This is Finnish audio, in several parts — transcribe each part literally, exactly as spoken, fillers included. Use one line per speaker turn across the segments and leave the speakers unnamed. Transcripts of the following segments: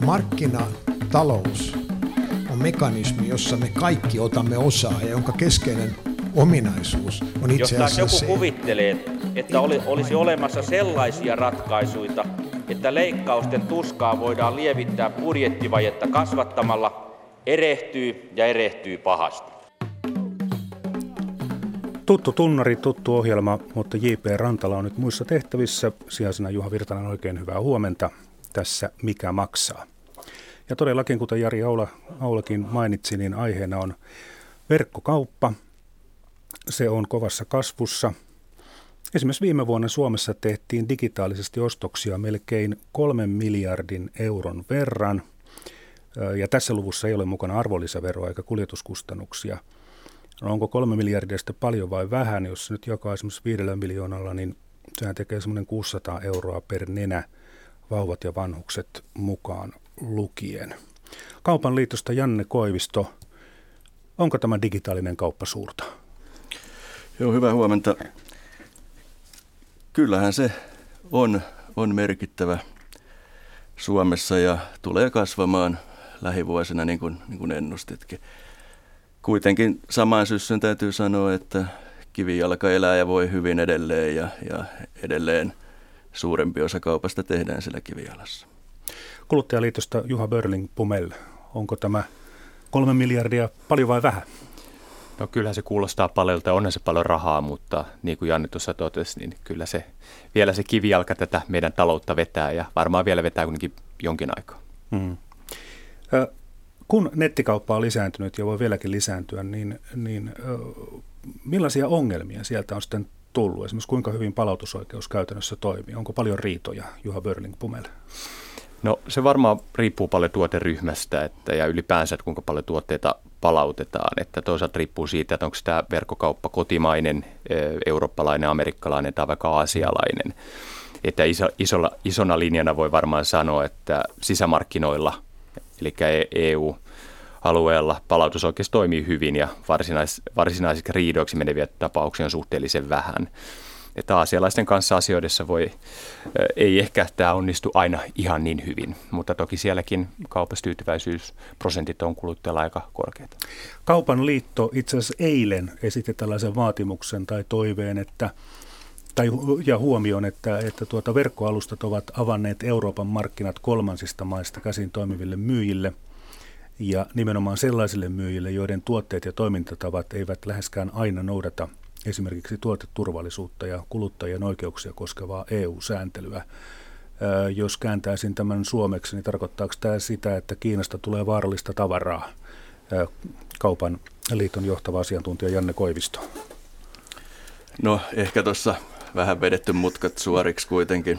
Markkinatalous on mekanismi, jossa me kaikki otamme osaa ja jonka keskeinen ominaisuus on itse asiassa
Jos
se.
joku kuvittelee, että oli, olisi olemassa sellaisia ratkaisuja, että leikkausten tuskaa voidaan lievittää budjettivajetta kasvattamalla, erehtyy ja erehtyy pahasti.
Tuttu tunnari, tuttu ohjelma, mutta J P Rantala on nyt muissa tehtävissä. Sijaisena Juha Virtanen, oikein hyvää huomenta. Tässä Mikä maksaa? Ja todellakin, kuten Jari Aula, Aulakin mainitsi, niin aiheena on verkkokauppa. Se on kovassa kasvussa. Esimerkiksi viime vuonna Suomessa tehtiin digitaalisesti ostoksia melkein kolmen miljardin euron verran. Ja tässä luvussa ei ole mukana arvonlisäveroa eikä kuljetuskustannuksia. No onko kolme miljardia sitten paljon vai vähän? Jos nyt jakaa esimerkiksi viidellä miljoonalla, niin sehän tekee semmoinen kuusisataa euroa per nenä, vauvat ja vanhukset mukaan lukien. Kaupan liitosta Janne Koivisto, onko tämä digitaalinen kauppa suurta?
Joo, hyvää huomenta. Kyllähän se on, on merkittävä Suomessa ja tulee kasvamaan lähivuosina, niin kuin, niin kuin ennustitkin. Kuitenkin samaan syssyn täytyy sanoa, että kivijalka elää ja voi hyvin edelleen ja, ja edelleen suurempi osa kaupasta tehdään sillä kivijalassa.
Kuluttajaliitosta Juha Börling-Pumel, onko tämä kolme miljardia paljon vai vähän?
No kyllähän se kuulostaa paljolta, onhan se paljon rahaa, mutta niin kuin Janne tuossa totesi, niin kyllä se vielä se kivijalka tätä meidän taloutta vetää ja varmaan vielä vetää kuitenkin jonkin aikaa.
Hmm. Ö, kun nettikauppa on lisääntynyt ja voi vieläkin lisääntyä, niin, niin ö, millaisia ongelmia sieltä on sitten tullut? Esimerkiksi kuinka hyvin palautusoikeus käytännössä toimii? Onko paljon riitoja, Juha Börling-Pumel?
No se varmaan riippuu paljon tuoteryhmästä että, ja ylipäänsä, että kuinka paljon tuotteita palautetaan. Että toisaalta riippuu siitä, että onko tämä verkkokauppa kotimainen, eurooppalainen, amerikkalainen tai vaikka aasialainen. Että iso, isolla, isona linjana voi varmaan sanoa, että sisämarkkinoilla, eli E U-alueella palautusoikeus toimii hyvin ja varsinais, varsinaisiksi riidoiksi meneviä tapauksia on suhteellisen vähän. Että aasialaisten kanssa asioidessa voi, ei ehkä tämä onnistu aina ihan niin hyvin, mutta toki sielläkin kaupassa tyytyväisyysprosentit on kuluttajalla aika korkeita.
Kaupan liitto itse asiassa eilen esitti tällaisen vaatimuksen tai toiveen, että, tai, ja huomioon, että, että tuota verkkoalustat ovat avanneet Euroopan markkinat kolmansista maista käsin toimiville myyjille ja nimenomaan sellaisille myyjille, joiden tuotteet ja toimintatavat eivät läheskään aina noudata esimerkiksi tuoteturvallisuutta ja kuluttajien oikeuksia koskevaa E U-sääntelyä. Ää, jos kääntäisin tämän suomeksi, niin tarkoittaako tämä sitä, että Kiinasta tulee vaarallista tavaraa? Ää, Kaupan liiton johtava asiantuntija Janne Koivisto.
No ehkä tuossa vähän vedetty mutkat suoriksi kuitenkin.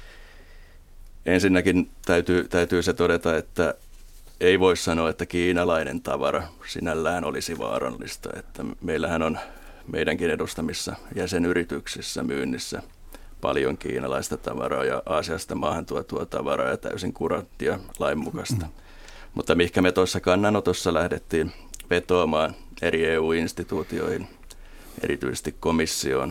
Ensinnäkin täytyy, täytyy se todeta, että ei voi sanoa, että kiinalainen tavara sinällään olisi vaarallista. Että meillähän on meidänkin edustamissa jäsenyrityksissä myynnissä paljon kiinalaista tavaraa ja Aasiasta maahan tuotua tavaraa ja täysin kuranttia lainmukaista. Mm. Mutta mihinkä me tuossa kannanotossa lähdettiin vetoamaan eri E U-instituutioihin, erityisesti komissioon,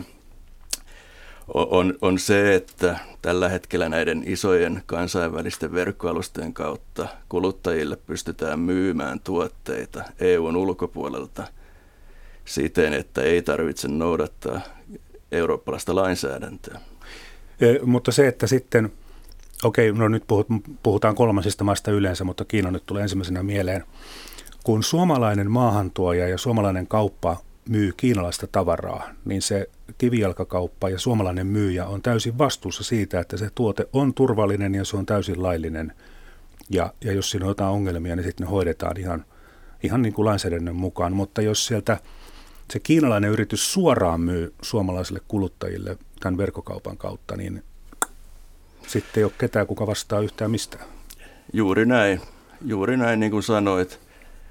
on, on se, että tällä hetkellä näiden isojen kansainvälisten verkkoalustojen kautta kuluttajille pystytään myymään tuotteita E U:n ulkopuolelta siten, että ei tarvitse noudattaa eurooppalaista lainsäädäntöä.
E, mutta se, että sitten, okei, no nyt puhutaan kolmansista maista yleensä, mutta Kiina nyt tulee ensimmäisenä mieleen. Kun suomalainen maahantuoja ja suomalainen kauppa myy kiinalaista tavaraa, niin se kivijalkakauppa ja suomalainen myyjä on täysin vastuussa siitä, että se tuote on turvallinen ja se on täysin laillinen. Ja, ja jos siinä on jotain ongelmia, niin sitten ne hoidetaan ihan, ihan niin kuin lainsäädännön mukaan. Mutta jos sieltä se kiinalainen yritys suoraan myy suomalaisille kuluttajille tämän verkkokaupan kautta, niin sitten ei ole ketään, kuka vastaa yhtään mistään.
Juuri näin. Juuri näin, niin kuin sanoit.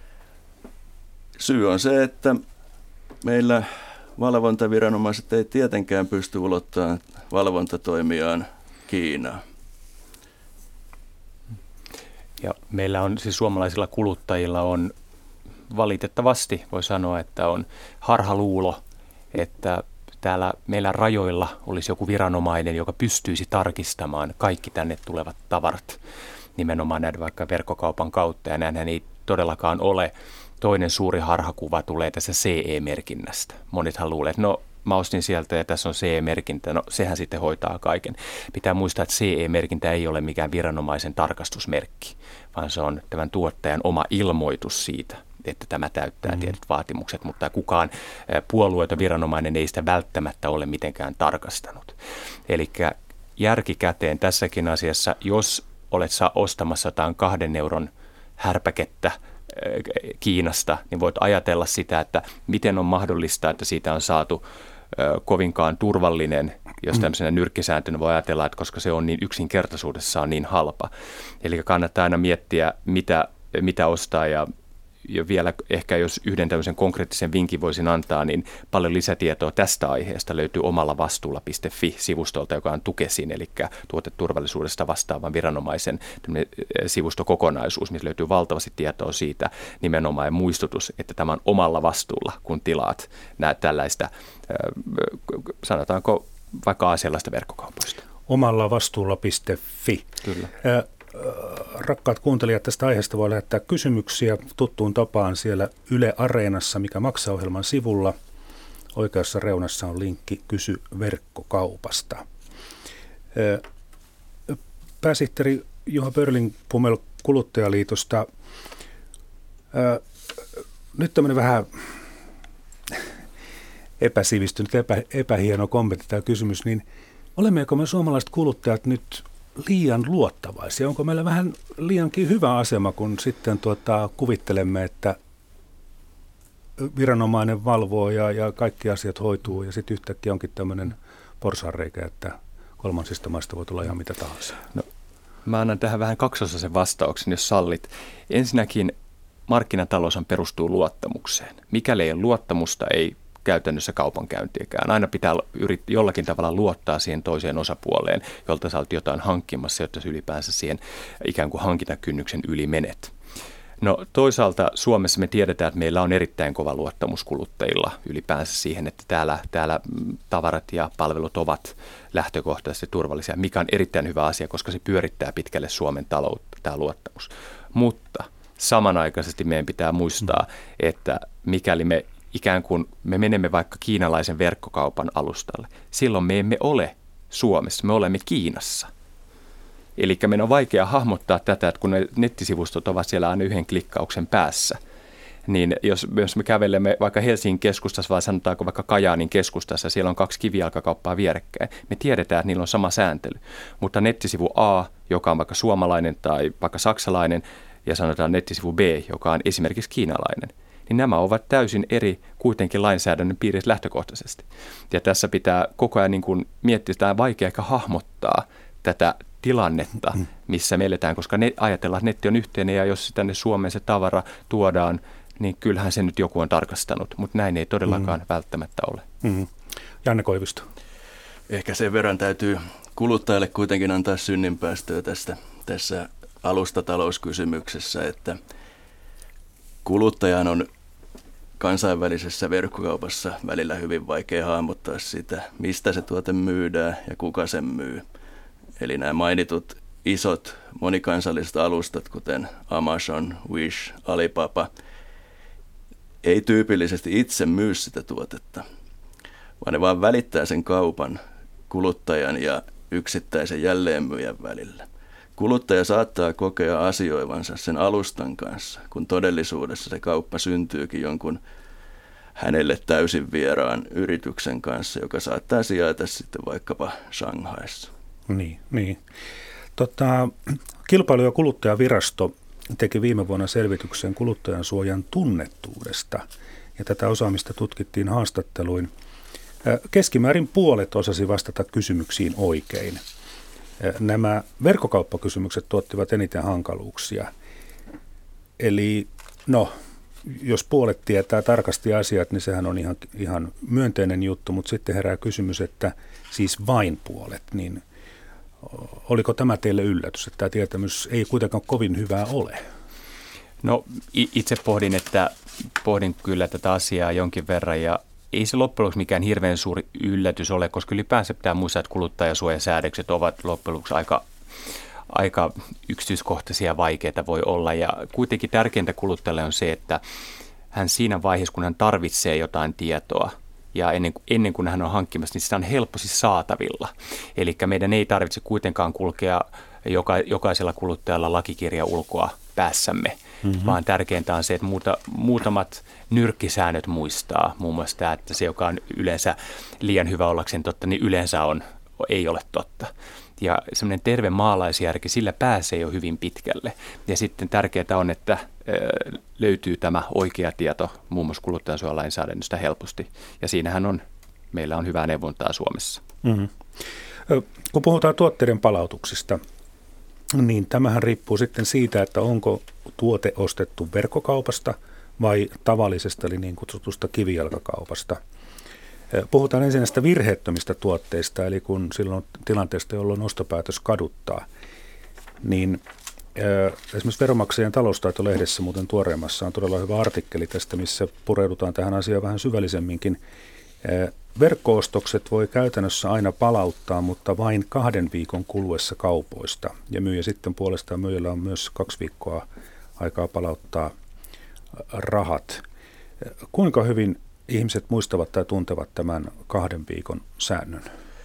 Syy on se, että meillä valvontaviranomaiset ei tietenkään pysty ulottamaan valvontatoimiaan Kiinaan.
Ja meillä on siis suomalaisilla kuluttajilla on valitettavasti, voi sanoa, että on harhaluulo, että täällä meillä rajoilla olisi joku viranomainen, joka pystyisi tarkistamaan kaikki tänne tulevat tavarat. nimenomaan näiden vaikka verkkokaupan kautta, ja näinhän ei todellakaan ole. Toinen suuri harhakuva tulee tässä C E-merkinnästä. Monethan luulee, että no mä ostin sieltä ja tässä on C E-merkintä, no sehän sitten hoitaa kaiken. Pitää muistaa, että C E-merkintä ei ole mikään viranomaisen tarkastusmerkki, vaan se on tämän tuottajan oma ilmoitus siitä, että tämä täyttää mm. tietyt vaatimukset, mutta kukaan puolueeton viranomainen ei sitä välttämättä ole mitenkään tarkastanut. Eli järkikäteen tässäkin asiassa, jos olet saa ostamassa jotain kahden euron härpäkettä Kiinasta, niin voit ajatella sitä, että miten on mahdollista, että siitä on saatu kovinkaan turvallinen, jos tämmöisenä nyrkkisääntönä voi ajatella, että koska se on niin yksinkertaisuudessaan niin halpa. Eli kannattaa aina miettiä, mitä, mitä ostaa ja Ja vielä ehkä jos yhden tämmöisen konkreettisen vinkin voisin antaa, niin paljon lisätietoa tästä aiheesta löytyy omalla vastuulla piste fi-sivustolta, joka on Tukesin, eli tuoteturvallisuudesta vastaavan viranomaisen sivustokokonaisuus, missä löytyy valtavasti tietoa siitä nimenomaan muistutus, että tämä on omalla vastuulla, kun tilaat nää tällaista, sanotaanko vaikka aasialaista verkkokaupoista.
Omalla vastuulla piste fi.
Kyllä.
Rakkaat kuuntelijat, tästä aiheesta voi lähettää kysymyksiä tuttuun tapaan siellä Yle Areenassa, mikä maksaa ohjelman sivulla. Oikeassa reunassa on linkki Kysy verkkokaupasta. Pääsihteeri Juha Pörling-Pumel Kuluttajaliitosta. Nyt tämmöinen vähän epäsivistynyt, epä, epähieno kommentti tämä kysymys, niin olemmeko me suomalaiset kuluttajat nyt liian luottavaisia? Onko meillä vähän liiankin hyvä asema, kun sitten tuota, kuvittelemme, että viranomainen valvoo ja, ja kaikki asiat hoituu ja sitten yhtäkkiä onkin tämmöinen porsaanreikä, että kolmansista maista voi tulla ihan mitä tahansa?
No, mä annan tähän vähän kaksosaisen vastauksen, jos sallit. Ensinnäkin markkinataloushan perustuu luottamukseen. Mikäli ei ole luottamusta, ei käytännössä kaupankäyntiäkään. Aina pitää yrittää jollakin tavalla luottaa siihen toiseen osapuoleen, jolta sä olet jotain hankkimassa, jotta sä ylipäänsä siihen ikään kuin hankintakynnyksen yli menet. No toisaalta Suomessa me tiedetään, että meillä on erittäin kova luottamus kuluttajilla ylipäänsä siihen, että täällä, täällä tavarat ja palvelut ovat lähtökohtaisesti turvallisia, mikä on erittäin hyvä asia, koska se pyörittää pitkälle Suomen taloutta, tämä luottamus. Mutta samanaikaisesti meidän pitää muistaa, että mikäli me ikään kuin me menemme vaikka kiinalaisen verkkokaupan alustalle, silloin me emme ole Suomessa, me olemme Kiinassa. Eli meidän on vaikea hahmottaa tätä, että kun ne nettisivustot ovat siellä aina yhden klikkauksen päässä, niin jos, jos me kävelemme vaikka Helsingin keskustassa vai sanotaanko vaikka Kajaanin keskustassa, siellä on kaksi kivijalkakauppaa vierekkäin, me tiedetään, että niillä on sama sääntely. Mutta nettisivu A, joka on vaikka suomalainen tai vaikka saksalainen, ja sanotaan nettisivu B, joka on esimerkiksi kiinalainen, niin nämä ovat täysin eri kuitenkin lainsäädännön piirissä lähtökohtaisesti. Ja tässä pitää koko ajan niin kuin miettiä, että on vaikea ehkä hahmottaa tätä tilannetta, missä me eletään, koska ne, ajatellaan, että netti on yhteinen ja jos tänne Suomeen se tavara tuodaan, niin kyllähän se nyt joku on tarkastanut, mutta näin ei todellakaan mm. välttämättä ole.
Mm. Janne Koivisto.
Ehkä sen verran täytyy kuluttajalle kuitenkin antaa synninpäästöä tästä, tässä alustatalouskysymyksessä, että kuluttajan on kansainvälisessä verkkokaupassa välillä hyvin vaikea hahmottaa sitä, mistä se tuote myydään ja kuka sen myy. Eli nämä mainitut isot monikansalliset alustat, kuten Amazon, Wish, Alibaba, ei tyypillisesti itse myy sitä tuotetta, vaan ne vaan välittää sen kaupan kuluttajan ja yksittäisen jälleenmyyjän välillä. Kuluttaja saattaa kokea asioivansa sen alustan kanssa, kun todellisuudessa se kauppa syntyykin jonkun hänelle täysin vieraan yrityksen kanssa, joka saattaa sijaita sitten vaikkapa Shanghaissa.
Niin, niin. Tota, Kilpailu- ja kuluttajavirasto teki viime vuonna selvityksen kuluttajan suojan tunnettuudesta, ja tätä osaamista tutkittiin haastatteluin. Keskimäärin puolet osasi vastata kysymyksiin oikein. Nämä verkkokauppakysymykset tuottivat eniten hankaluuksia. Eli no, jos puolet tietää tarkasti asiat, niin sehän on ihan, ihan myönteinen juttu, mutta sitten herää kysymys, että siis vain puolet, niin oliko tämä teille yllätys, että tämä tietämys ei kuitenkaan kovin hyvää ole?
No itse pohdin, että pohdin kyllä tätä asiaa jonkin verran ja ei se loppujen lopuksi mikään hirveän suuri yllätys ole, koska ylipäänsä pitää muistaa, että kuluttajasuojasäädökset ovat loppujen lopuksi aika, aika yksityiskohtaisia ja vaikeita voi olla. Ja kuitenkin tärkeintä kuluttajalle on se, että hän siinä vaiheessa, kun hän tarvitsee jotain tietoa, ja ennen, ennen kuin hän on hankkimassa, niin sitä on helposti saatavilla. Eli meidän ei tarvitse kuitenkaan kulkea joka, jokaisella kuluttajalla lakikirja ulkoa päässämme, mm-hmm. vaan tärkeintä on se, että muuta, muutamat nyrkkisäännöt muistaa. Muun muassa tämä, että se, joka on yleensä liian hyvä ollakseen totta, niin yleensä on, ei ole totta. Ja semmoinen terve maalaisjärki, sillä pääsee jo hyvin pitkälle. Ja sitten tärkeää on, että löytyy tämä oikea tieto muun muassa kuluttajansuojalainsäädännöstä helposti. Ja siinähän on, meillä on hyvää neuvontaa Suomessa.
Mm-hmm. Kun puhutaan tuotteiden palautuksista, niin tämähän riippuu sitten siitä, että onko tuote ostettu verkkokaupasta vai tavallisesta, eli niin kutsutusta kivijalkakaupasta. Puhutaan ensin näistä virheettömistä tuotteista, eli kun silloin tilanteesta, jolloin ostopäätös kaduttaa, niin esimerkiksi Veronmaksajan taloustaito-lehdessä muuten tuoreemmassa on todella hyvä artikkeli tästä, missä pureudutaan tähän asiaan vähän syvällisemminkin. Verkko-ostokset voi käytännössä aina palauttaa, mutta vain kahden viikon kuluessa kaupoista. Ja myyjä sitten puolestaan myyjällä on myös kaksi viikkoa aikaa palauttaa rahat. Kuinka hyvin ihmiset muistavat tai tuntevat tämän kahden viikon säännön?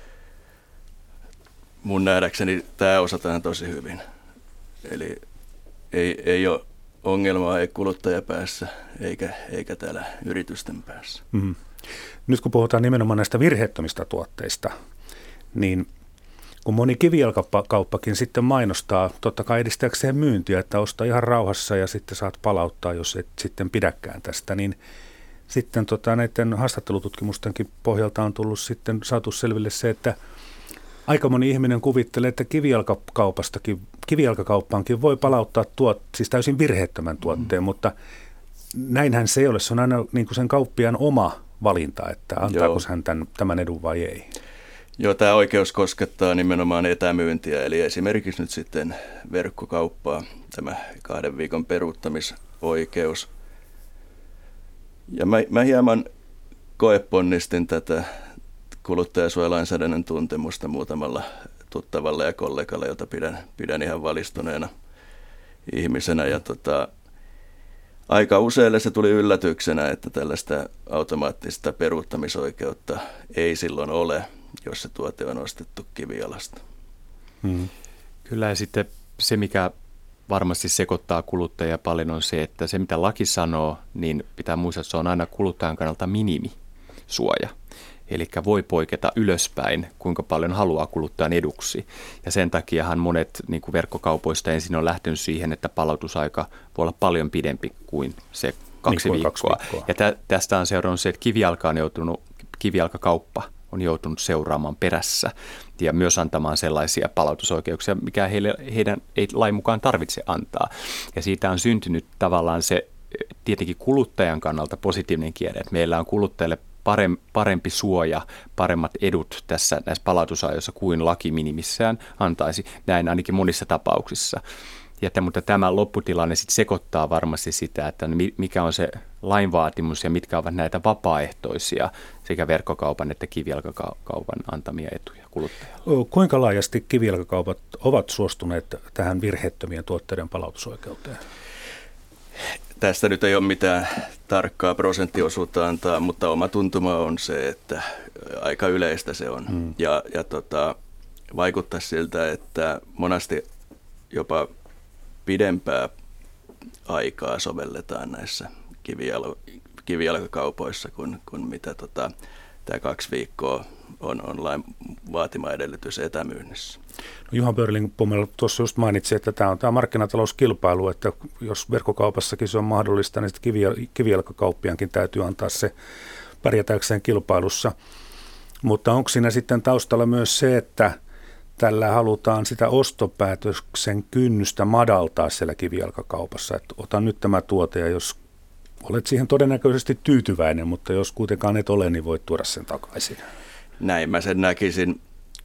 Mun nähdäkseni tämä osataan tosi hyvin. Eli ei, ei ole ongelmaa ei kuluttajapäässä eikä, eikä täällä yritysten päässä.
Mm-hmm. Nyt kun puhutaan nimenomaan näistä virheettömistä tuotteista, niin kun moni kivijalkakauppakin sitten mainostaa, totta kai edistääkseen myyntiä, että osta ihan rauhassa ja sitten saat palauttaa, jos et sitten pidäkään tästä, niin sitten tota, näiden haastattelututkimustenkin pohjalta on tullut sitten saatu selville se, että aika moni ihminen kuvittelee, että kivijalkakaupastakin, kivijalkakauppaankin voi palauttaa tuot, siis täysin virheettömän tuotteen, mm. mutta näinhän se ei ole. Se on aina niin kuin sen kauppiaan oma valinta, että antaako hän tämän, tämän edun vai ei.
Joo, tämä oikeus koskettaa nimenomaan etämyyntiä, eli esimerkiksi nyt sitten verkkokauppaa, tämä kahden viikon peruuttamisoikeus. Ja mä, mä hieman koeponnistin tätä kuluttajasuojalainsäädännön tuntemusta muutamalla tuttavalla ja kollegalla, jota pidän, pidän ihan valistuneena ihmisenä. Ja tota, aika useille se tuli yllätyksenä, että tällaista automaattista peruuttamisoikeutta ei silloin ole, jos se tuote on ostettu kivijalasta.
Hmm. Kyllä, ja sitten se, mikä varmasti sekoittaa kuluttajia paljon, on se, että se mitä laki sanoo, niin pitää muistaa, että se on aina kuluttajan kannalta minimisuoja. Eli voi poiketa ylöspäin, kuinka paljon haluaa kuluttajan eduksi. Ja sen takiahan monet niin kuin verkkokaupoista ensin on lähtenyt siihen, että palautusaika voi olla paljon pidempi kuin se kaksi niin viikkoa. Kaksi viikkoa. Ja tä, tästä on seurannut se, että kivijalka on joutunut, kivijalkakauppa on joutunut seuraamaan perässä ja myös antamaan sellaisia palautusoikeuksia, mikä heille, heidän ei lain mukaan tarvitse antaa. Ja siitä on syntynyt tavallaan se tietenkin kuluttajan kannalta positiivinen kierre, että meillä on kuluttajille parempi suoja, paremmat edut tässä näissä palautusajoissa kuin laki minimissään antaisi, näin ainakin monissa tapauksissa. Ja t- mutta tämä lopputilanne sitten sekoittaa varmasti sitä, että mikä on se lainvaatimus ja mitkä ovat näitä vapaaehtoisia sekä verkkokaupan että kivijalkakaupan antamia etuja kuluttajalle.
Kuinka laajasti kivijalkakaupat ovat suostuneet tähän virheettömien tuotteiden palautusoikeuteen?
Tästä nyt ei ole mitään tarkkaa prosenttiosuutta antaa, mutta oma tuntuma on se, että aika yleistä se on. Hmm. Ja, ja tota, vaikuttaa siltä, että monasti jopa pidempää aikaa sovelletaan näissä kivijal- kivijalkakaupoissa kuin, kuin mitä tota, tämä kaksi viikkoa on, on lain vaatima edellytys etämyynnissä.
No, Juha Börling-Pummel tuossa just mainitsi, että tämä on tämä markkinatalouskilpailu, että jos verkkokaupassakin se on mahdollista, niin sitten kivijalkakauppiankin täytyy antaa se pärjätäkseen kilpailussa. Mutta onko siinä sitten taustalla myös se, että tällä halutaan sitä ostopäätöksen kynnystä madaltaa siellä kivijalkakaupassa, että ota nyt tämä tuote ja jos olet siihen todennäköisesti tyytyväinen, mutta jos kuitenkaan et ole, niin voit tuoda sen takaisin.
Näin mä sen näkisin.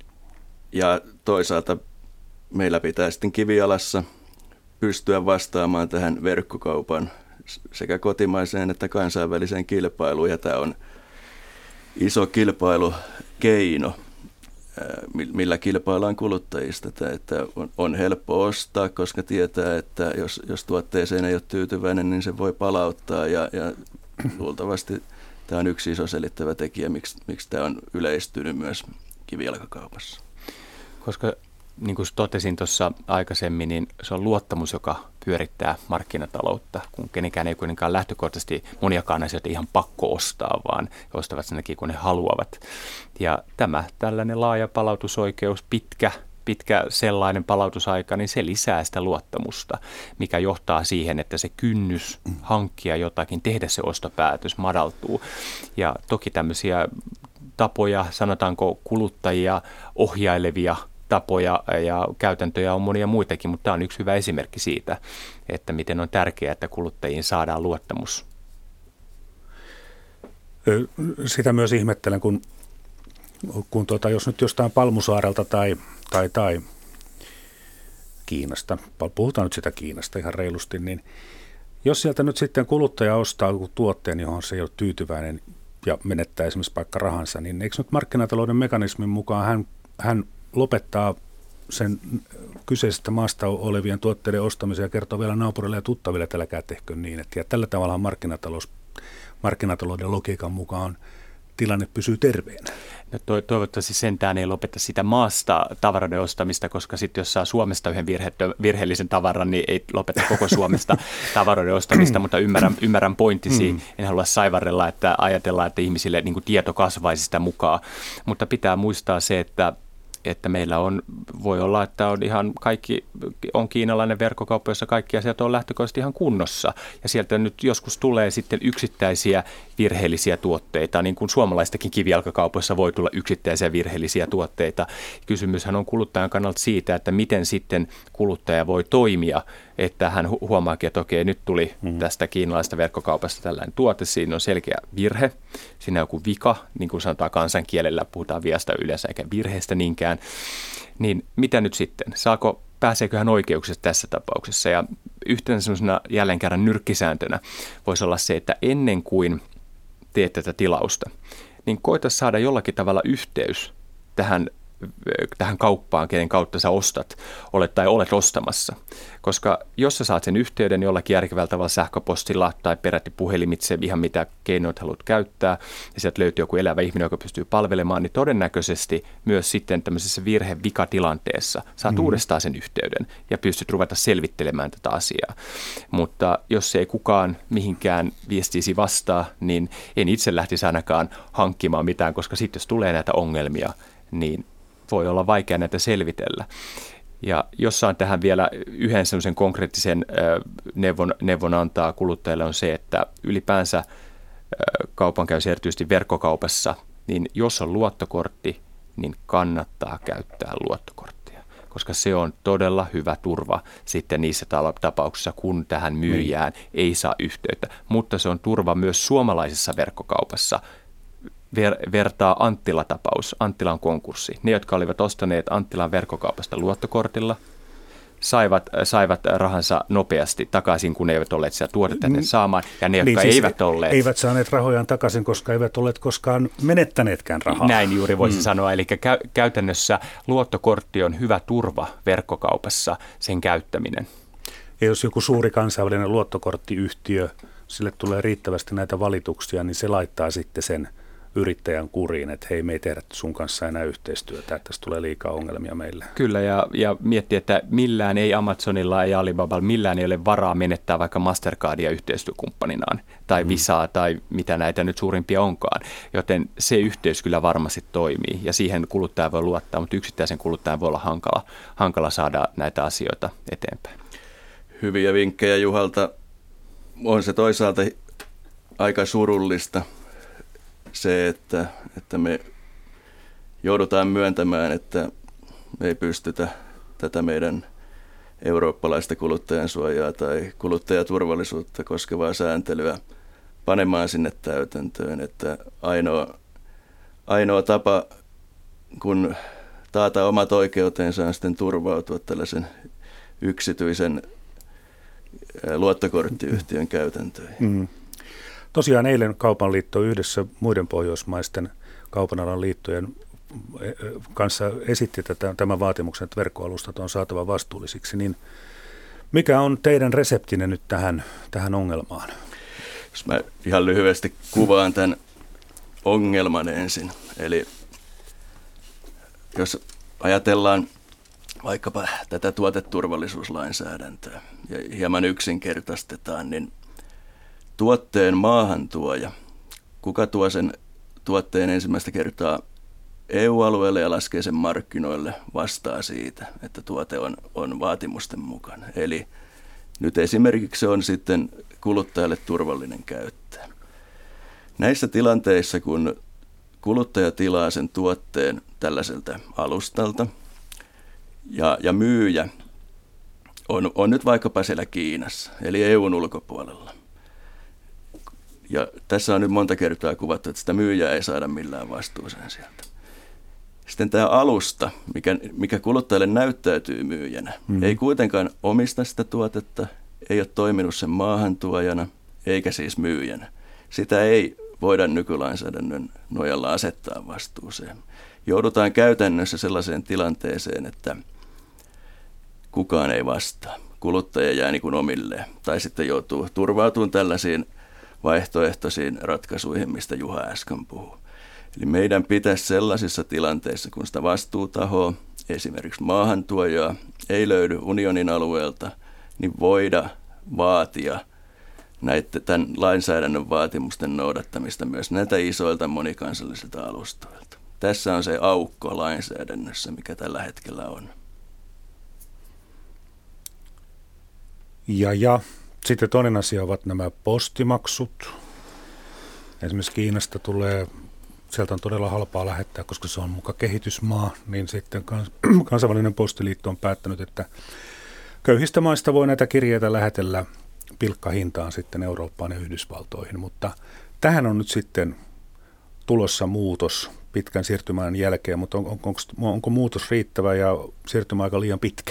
Ja toisaalta meillä pitää sitten kivijalassa pystyä vastaamaan tähän verkkokaupan sekä kotimaiseen että kansainväliseen kilpailuun. Ja tämä on iso kilpailukeino millä kilpaillaan kuluttajista, että on helppo ostaa, koska tietää, että jos, jos tuotteeseen ei ole tyytyväinen, niin se voi palauttaa ja, ja luultavasti tämä on yksi iso selittävä tekijä, miksi, miksi tämä on yleistynyt myös kivijalkakaupassa.
Koska niin kuin totesin tuossa aikaisemmin, niin se on luottamus, joka pyörittää markkinataloutta, kun kenenkään ei kuitenkaan lähtökohtaisesti moniakaan asioita ihan pakko ostaa, vaan ostavat sen takia, kun he haluavat. Ja tämä tällainen laaja palautusoikeus, pitkä, pitkä sellainen palautusaika, niin se lisää sitä luottamusta, mikä johtaa siihen, että se kynnys hankkia jotakin, tehdä se ostopäätös madaltuu. Ja toki tämmöisiä tapoja, sanotaanko kuluttajia ohjailevia tapoja ja käytäntöjä on monia muitakin, mutta tämä on yksi hyvä esimerkki siitä, että miten on tärkeää, että kuluttajiin saadaan luottamus.
Sitä myös ihmettelen, kun, kun tuota, jos nyt jostain Palmusaarelta tai, tai, tai Kiinasta, puhutaan nyt sitä Kiinasta ihan reilusti, niin jos sieltä nyt sitten kuluttaja ostaa joku tuotteen, johon se ei ole tyytyväinen ja menettää esimerkiksi vaikka rahansa, niin eikö nyt markkinatalouden mekanismin mukaan hän, hän lopettaa sen kyseisestä maasta olevien tuotteiden ostamisen ja kertoo vielä naapurille ja tuttaville, että älkää tehkö niin. Että ja tällä tavalla markkinatalous, markkinatalouden logiikan mukaan tilanne pysyy terveenä.
No toivottavasti sentään ei lopeta sitä maasta tavaroiden ostamista, koska sitten jos saa Suomesta yhden virhe, virheellisen tavaran, niin ei lopeta koko Suomesta tavaroiden ostamista, mutta ymmärrän, ymmärrän pointtisi. Mm. En halua saivarrella, että ajatellaan, että ihmisille niin kuin tieto kasvaisi sitä mukaan, mutta pitää muistaa se, että että meillä on, voi olla, että on ihan kaikki, on kiinalainen verkkokauppa, jossa kaikki asiat on lähtökohtaisesti ihan kunnossa. Ja sieltä nyt joskus tulee sitten yksittäisiä virheellisiä tuotteita, niin kuin suomalaistakin kivijalkakaupoissa voi tulla yksittäisiä virheellisiä tuotteita. Kysymyshän on kuluttajan kannalta siitä, että miten sitten kuluttaja voi toimia, että hän huomaakin, että okei, nyt tuli tästä kiinalaisesta verkkokaupasta tällainen tuote, siinä on selkeä virhe, siinä on joku vika, niin kuin sanotaan kansankielellä, puhutaan viasta yleensä eikä virheestä niinkään, niin mitä nyt sitten? Saako, pääseekö hän oikeuksista tässä tapauksessa? Ja yhtenä sellaisena jälleen kerran nyrkkisääntönä voisi olla se, että ennen kuin teet tätä tilausta, niin koita saada jollakin tavalla yhteys tähän tähän kauppaan, kenen kautta sä ostat olet tai olet ostamassa. Koska jos sä saat sen yhteyden jollakin järkevällä tavalla sähköpostilla tai peräti puhelimitse, ihan mitä keinoit haluat käyttää, ja sieltä löytyy joku elävä ihminen, joka pystyy palvelemaan, niin todennäköisesti myös sitten tämmöisessä virhe-vikatilanteessa saat mm. uudestaan sen yhteyden ja pystyt ruveta selvittelemään tätä asiaa. Mutta jos ei kukaan mihinkään viestiisi vastaa, niin en itse lähtisi ainakaan hankkimaan mitään, koska sitten jos tulee näitä ongelmia, niin voi olla vaikea näitä selvitellä. Ja jos saan tähän vielä yhden sellaisen konkreettisen neuvon, neuvon antaa kuluttajille on se, että ylipäänsä kaupankäynnissä, erityisesti verkkokaupassa, niin jos on luottokortti, niin kannattaa käyttää luottokorttia, koska se on todella hyvä turva sitten niissä tapauksissa, kun tähän myyjään ei saa yhteyttä. Mutta se on turva myös suomalaisessa verkkokaupassa. Ver- vertaa Anttila-tapaus, Anttilan konkurssi. Ne, jotka olivat ostaneet Anttilan verkkokaupasta luottokortilla, saivat, saivat rahansa nopeasti takaisin, kun eivät olleet sitä tuotetta mm. saamaan. Ja ne, jotka niin, siis eivät olleet...
Eivät saaneet rahojaan takaisin, koska eivät olleet koskaan menettäneetkään rahaa.
Näin juuri voisi mm. sanoa. Eli kä- käytännössä luottokortti on hyvä turva verkkokaupassa, sen käyttäminen.
Ja jos joku suuri kansainvälinen luottokorttiyhtiö, sille tulee riittävästi näitä valituksia, niin se laittaa sitten sen yrittäjän kuriin, että hei, me ei tehdä sun kanssa enää yhteistyötä, että tässä tulee liikaa ongelmia meille.
Kyllä, ja, ja miettiä, että millään ei Amazonilla ja Alibaballa, millään ei ole varaa menettää vaikka Mastercardia yhteistyökumppaninaan, tai mm. Visaa, tai mitä näitä nyt suurimpia onkaan. Joten se yhteys kyllä varmasti toimii, ja siihen kuluttaja voi luottaa, mutta yksittäisen kuluttajan voi olla hankala, hankala saada näitä asioita eteenpäin.
Hyviä vinkkejä Juhalta. On se toisaalta aika surullista, se, että, että me joudutaan myöntämään, että me ei pystytä tätä meidän eurooppalaista kuluttajansuojaa tai kuluttajaturvallisuutta koskevaa sääntelyä panemaan sinne täytäntöön. Että ainoa, ainoa tapa, kun taata omat oikeutensa, on sitten turvautua tällaisen yksityisen luottokorttiyhtiön käytäntöihin. Mm.
Tosiaan eilen Kaupan liitto yhdessä muiden pohjoismaisten kaupanalan liittojen kanssa esitti tätä, tämän vaatimuksen, että verkkoalustat on saatava vastuullisiksi, niin mikä on teidän reseptinne nyt tähän, tähän ongelmaan?
Jos mä ihan lyhyesti kuvaan tämän ongelman ensin. Eli jos ajatellaan vaikkapa tätä tuoteturvallisuuslainsäädäntöä ja hieman yksinkertaistetaan, niin tuotteen maahantuoja, kuka tuo sen tuotteen ensimmäistä kertaa E U-alueelle ja laskee sen markkinoille, vastaa siitä, että tuote on, on vaatimusten mukana. Eli nyt esimerkiksi se on sitten kuluttajalle turvallinen käyttää. Näissä tilanteissa, kun kuluttaja tilaa sen tuotteen tällaiselta alustalta ja, ja myyjä on, on nyt vaikkapa siellä Kiinassa, eli E U:n ulkopuolella. Ja tässä on nyt monta kertaa kuvattu, että sitä myyjää ei saada millään vastuuseen sieltä. Sitten tämä alusta, mikä, mikä kuluttajalle näyttäytyy myyjänä, mm-hmm. ei kuitenkaan omista sitä tuotetta, ei ole toiminut sen maahantuojana, eikä siis myyjänä. Sitä ei voida nykylainsäädännön nojalla asettaa vastuuseen. Joudutaan käytännössä sellaiseen tilanteeseen, että kukaan ei vastaa. Kuluttaja jää niin kuin omilleen, tai sitten joutuu turvautumaan tällaisiin vaihtoehtoisiin ratkaisuihin, mistä Juha äsken puhui. Eli meidän pitäisi sellaisissa tilanteissa, kun sitä vastuutahoa, esimerkiksi maahantuojaa, ei löydy unionin alueelta, niin voida vaatia näitä, tämän lainsäädännön vaatimusten noudattamista myös näiltä isoilta monikansallisilta alustoilta. Tässä on se aukko lainsäädännössä, mikä tällä hetkellä on.
Ja, ja. Sitten toinen asia ovat nämä postimaksut. Esimerkiksi Kiinasta tulee, sieltä on todella halpaa lähettää, koska se on muka kehitysmaa, niin sitten kans, kansainvälinen postiliitto on päättänyt, että köyhistä maista voi näitä kirjeitä lähetellä pilkkahintaan sitten Eurooppaan ja Yhdysvaltoihin, mutta tähän on nyt sitten tulossa muutos pitkän siirtymän jälkeen, mutta on, on, onko, onko muutos riittävä ja siirtymäaika liian pitkä?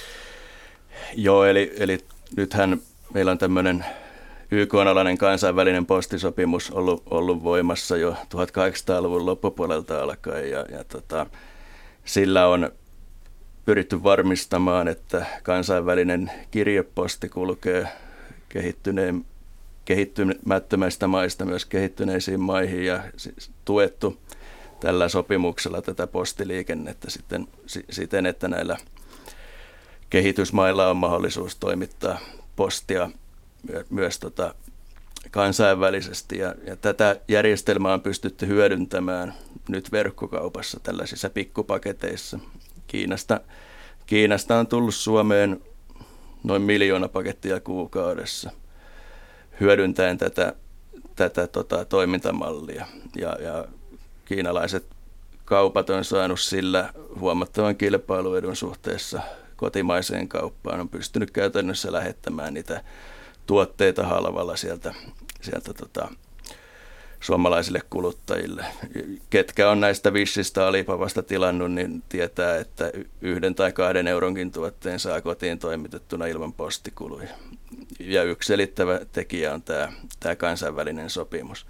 Joo, eli, eli nythän meillä on tämmöinen Y K-alainen kansainvälinen postisopimus ollut, ollut voimassa jo tuhatkahdeksansataaluvun loppupuolelta alkaen ja, ja tota, sillä on pyritty varmistamaan, että kansainvälinen kirjeposti kulkee kehittyneen, kehittymättömäistä maista myös kehittyneisiin maihin ja tuettu tällä sopimuksella tätä postiliikennettä sitten, siten, että näillä kehitysmailla on mahdollisuus toimittaa postia my- myös tota kansainvälisesti ja, ja tätä järjestelmää on pystytty hyödyntämään nyt verkkokaupassa tällaisissa pikkupaketeissa. Kiinasta, Kiinasta on tullut Suomeen noin miljoona pakettia kuukaudessa hyödyntäen tätä, tätä tota, toimintamallia ja, ja kiinalaiset kaupat on saanut sillä huomattavan kilpailuedun suhteessa kotimaiseen kauppaan, on pystynyt käytännössä lähettämään niitä tuotteita halvalla sieltä, sieltä tota, suomalaisille kuluttajille. Ketkä on näistä Wishistä Alibabasta tilannut, niin tietää, että yhden tai kahden euronkin tuotteen saa kotiin toimitettuna ilman postikuluja. Ja yksi selittävä tekijä on tämä, tämä kansainvälinen sopimus.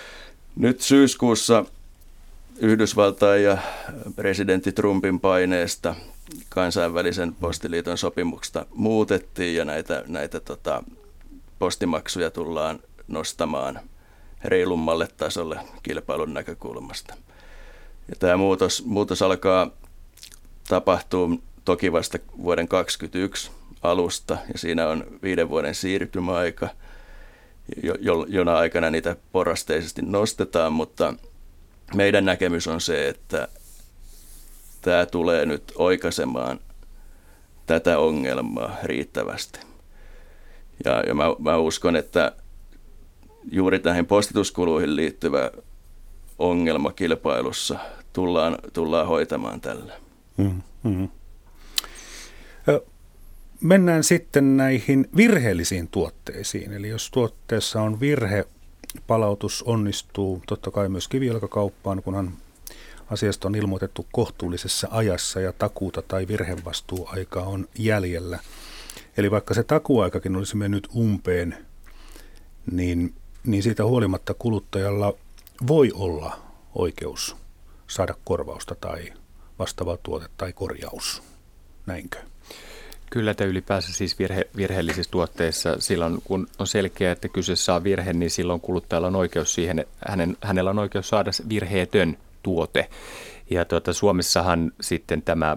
Nyt syyskuussa Yhdysvaltain ja presidentti Trumpin paineesta kansainvälisen postiliiton sopimuksesta muutettiin ja näitä, näitä tota, postimaksuja tullaan nostamaan reilummalle tasolle kilpailun näkökulmasta. Ja tämä muutos, muutos alkaa tapahtua toki vasta vuoden kaksituhattakaksikymmentäyksi alusta ja siinä on viiden vuoden siirtymäaika, jo, jo, jona aikana niitä porrasteisesti nostetaan, mutta meidän näkemys on se, että tämä tulee nyt oikaisemaan tätä ongelmaa riittävästi. Ja, ja mä, mä uskon, että juuri näihin postituskuluihin liittyvä ongelma kilpailussa tullaan, tullaan hoitamaan tällä.
Mm-hmm. Mennään sitten näihin virheellisiin tuotteisiin. Eli jos tuotteessa on virhe, palautus onnistuu totta kai myös kivijalkakauppaan, kunhan asiasta on ilmoitettu kohtuullisessa ajassa ja takuuta tai virhevastuuaika on jäljellä. Eli vaikka se takuaikakin olisi mennyt umpeen, niin, niin siitä huolimatta kuluttajalla voi olla oikeus saada korvausta tai vastaava tuote tai korjaus. Näinkö?
Kyllä, että ylipäänsä siis virhe, virheellisissä tuotteissa silloin, kun on selkeä, että kyseessä on virhe, niin silloin kuluttajalla on oikeus siihen, hänen, hänellä on oikeus saada virheetön tuote. Ja tuota, Suomessahan sitten tämä,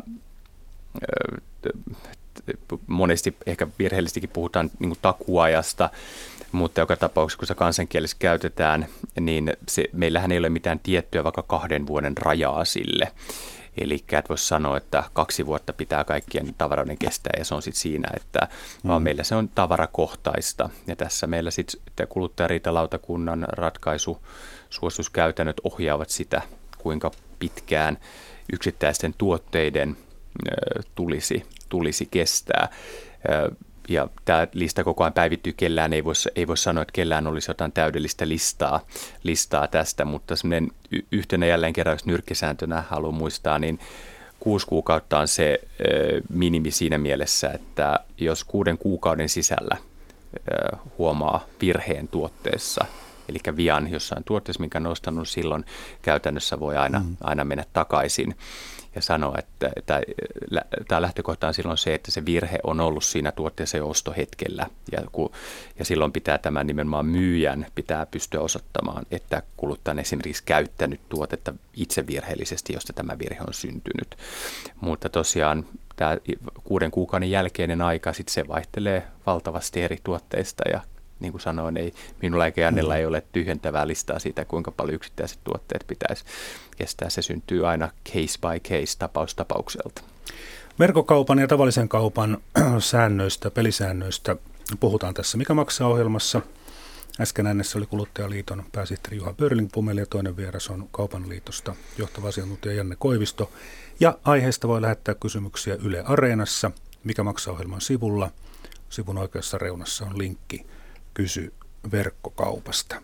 monesti ehkä virheellisestikin puhutaan niin kuin takuajasta, mutta joka tapauksessa, kun se kansankielessä käytetään, niin se, meillähän ei ole mitään tiettyä vaikka kahden vuoden rajaa sille. Eli et voisi sanoa, että kaksi vuotta pitää kaikkien tavaroiden kestää ja se on sitten siinä, että mm. vaan meillä se on tavarakohtaista. Ja tässä meillä sitten kuluttajariitalautakunnan ratkaisu, suosituskäytännöt ohjaavat sitä, kuinka pitkään yksittäisten tuotteiden ö, tulisi, tulisi kestää. Ö, Ja tämä lista koko ajan päivittyy, kellään ei voi, ei voi sanoa, että kellään olisi jotain täydellistä listaa, listaa tästä, mutta semmoinen yhtenä jälleen kerran, jos nyrkkisääntönä haluan muistaa, niin kuusi kuukautta on se ö, minimi siinä mielessä, että jos kuuden kuukauden sisällä ö, huomaa virheen tuotteessa, eli vian jossain tuotteessa, minkä on ostanut, silloin käytännössä voi aina, mm. aina mennä takaisin ja sanoa, että tämä lähtökohta on silloin se, että se virhe on ollut siinä tuotteessa jo ostohetkellä. Ja, kun, ja silloin pitää tämän nimenomaan myyjän pitää pystyä osoittamaan, että kuluttaja on esimerkiksi käyttänyt tuotetta itse virheellisesti, josta tämä virhe on syntynyt. Mutta tosiaan tämä kuuden kuukauden jälkeinen aika sitten se vaihtelee valtavasti eri tuotteista ja niin kuin sanoin, ei, minulla eikä Jannella ei ole tyhjentävää listaa siitä, kuinka paljon yksittäiset tuotteet pitäisi kestää. Se syntyy aina case by case, tapaus tapaukselta.
Verkkokaupan ja tavallisen kaupan säännöistä, pelisäännöistä puhutaan tässä Mikä maksaa -ohjelmassa. Äsken äänessä oli Kuluttajaliiton pääsihteeri Juha Börling-Pumeli ja toinen vieras on Kaupan liitosta johtava asiantuntija Janne Koivisto. Ja aiheesta voi lähettää kysymyksiä Yle Areenassa Mikä maksaa -ohjelman sivulla. Sivun oikeassa reunassa on linkki Kysy verkkokaupasta.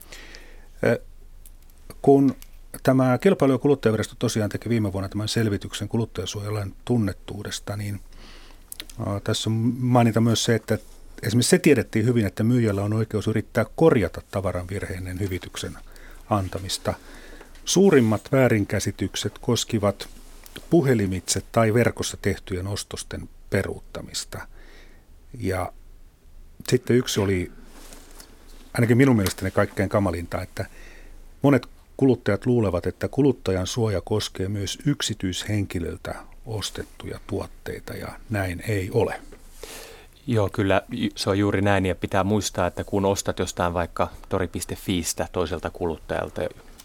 Kun tämä Kilpailu- ja kuluttajavirasto tosiaan teki viime vuonna tämän selvityksen kuluttajasuojalain tunnettuudesta, niin tässä on mainita myös se, että esimerkiksi se tiedettiin hyvin, että myyjällä on oikeus yrittää korjata tavaran virheinen hyvityksen antamista. Suurimmat väärinkäsitykset koskivat puhelimitse tai verkossa tehtyjen ostosten peruuttamista. Ja sitten yksi oli ainakin minun mielestäni kaikkein kamalinta, että monet kuluttajat luulevat, että kuluttajan suoja koskee myös yksityishenkilöltä ostettuja tuotteita ja näin ei ole.
Joo, kyllä se on juuri näin ja pitää muistaa, että kun ostat jostain vaikka tori piste fiistä toiselta kuluttajalta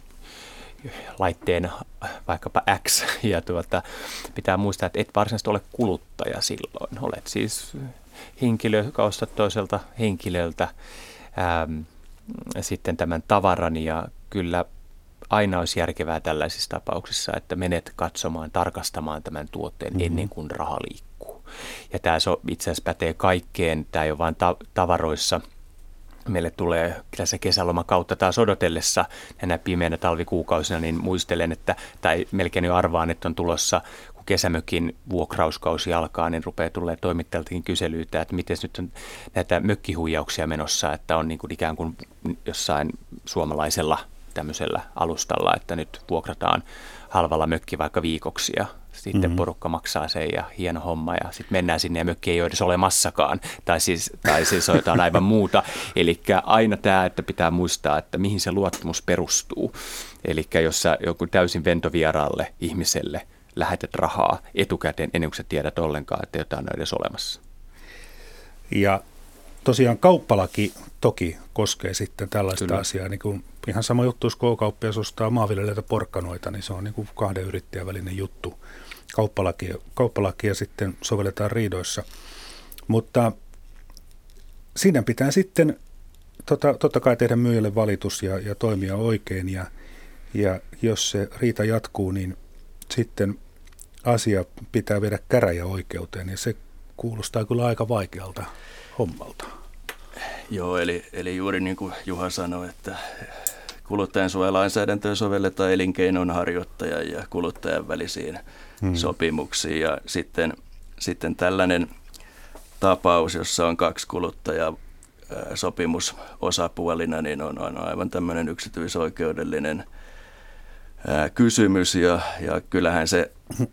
laitteen vaikkapa X ja tuota, pitää muistaa, että et varsinaisesti ole kuluttaja silloin. Olet siis henkilö, joka ostat toiselta henkilöltä ähm, sitten tämän tavaran ja kyllä aina olisi järkevää tällaisissa tapauksissa, että menet katsomaan, tarkastamaan tämän tuotteen mm-hmm. ennen kuin raha liikkuu. Ja tämä itse asiassa pätee kaikkeen, tämä ei ole vain ta- tavaroissa. Meille tulee tässä kesäloma kautta taas odotellessa näinä pimeinä talvikuukausina, niin muistelen, että, tai melkein jo arvaan, että on tulossa, kun kesämökin vuokrauskausi alkaa, niin rupeaa tulee toimittajaltakin kyselyitä, että miten nyt on näitä mökkihuijauksia menossa, että on niin kuin ikään kuin jossain suomalaisella tämmöisellä alustalla, että nyt vuokrataan halvalla mökki vaikka viikoksi ja sitten mm-hmm. porukka maksaa sen ja hieno homma ja sitten mennään sinne ja mökki ei ole edes olemassakaan tai siis, tai siis jotain aivan muuta. Eli aina tämä, että pitää muistaa, että mihin se luottamus perustuu. Eli jos sä joku täysin ventovieraalle ihmiselle lähetät rahaa etukäteen ennen kuin sä tiedät ollenkaan, että jotain on edes olemassa.
Ja tosiaan kauppalaki toki koskee sitten tällaista Kyllä. asiaa. Niin kuin ihan sama juttu, jos K-kauppias ostaa maanviljelijöiltä porkkanoita, niin se on niin kuin kahden yrittäjän välinen juttu. Kauppalakia, kauppalakia sitten sovelletaan riidoissa. Mutta siinä pitää sitten tota, totta kai tehdä myyjälle valitus ja, ja toimia oikein. Ja, ja jos se riita jatkuu, niin sitten asia pitää viedä käräjäoikeuteen. Ja se kuulostaa kyllä aika vaikealta hommalta.
Joo, eli, eli juuri niin kuin Juha sanoi, että kuluttajansuojalainsäädäntöä sovelletaan elinkeinonharjoittajan ja kuluttajan välisiin hmm. sopimuksiin. Ja sitten, sitten tällainen tapaus, jossa on kaksi kuluttajaa sopimusosapuolina, niin on, on aivan tämmöinen yksityisoikeudellinen ää, kysymys ja, ja kyllähän se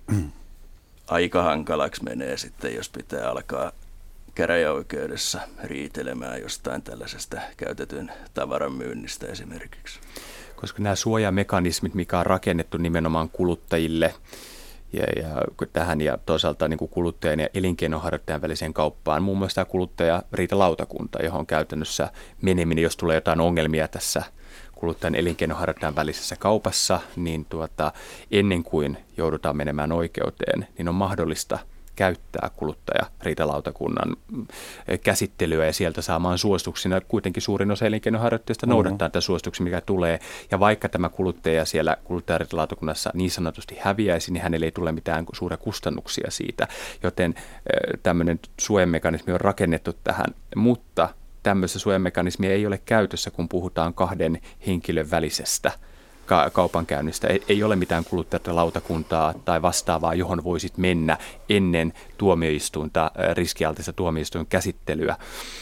aika hankalaksi menee sitten, jos pitää alkaa käräjäoikeudessa riitelemään jostain tällaisesta käytetyn tavaran myynnistä esimerkiksi.
Koska nämä suojamekanismit, mikä on rakennettu nimenomaan kuluttajille ja, ja tähän ja toisaalta niin kuin kuluttajan ja elinkeinoharjoittajan väliseen kauppaan, muun muassa tämä kuluttajariitalautakunta, johon käytännössä meneminen, jos tulee jotain ongelmia tässä kuluttajan elinkeinoharjoittajan välisessä kaupassa, niin tuota, ennen kuin joudutaan menemään oikeuteen, niin on mahdollista käyttää kuluttajariitalautakunnan käsittelyä ja sieltä saamaan suosituksina. Kuitenkin suurin osa elinkeinoharjoittajista noudattaa mm-hmm. tätä suosituksia, mikä tulee. Ja vaikka tämä kuluttaja siellä kuluttajariitalautakunnassa niin sanotusti häviäisi, niin hänelle ei tule mitään suuria kustannuksia siitä. Joten tämmöinen suojamekanismi on rakennettu tähän, mutta tämmöistä suojamekanismia ei ole käytössä, kun puhutaan kahden henkilön välisestä ka- kaupankäynnistä. Ei, ei ole mitään kuluttajalautakuntaa tai vastaavaa, johon voisit mennä ennen tuomioistuinta, riskialtista tuomioistuin käsittelyä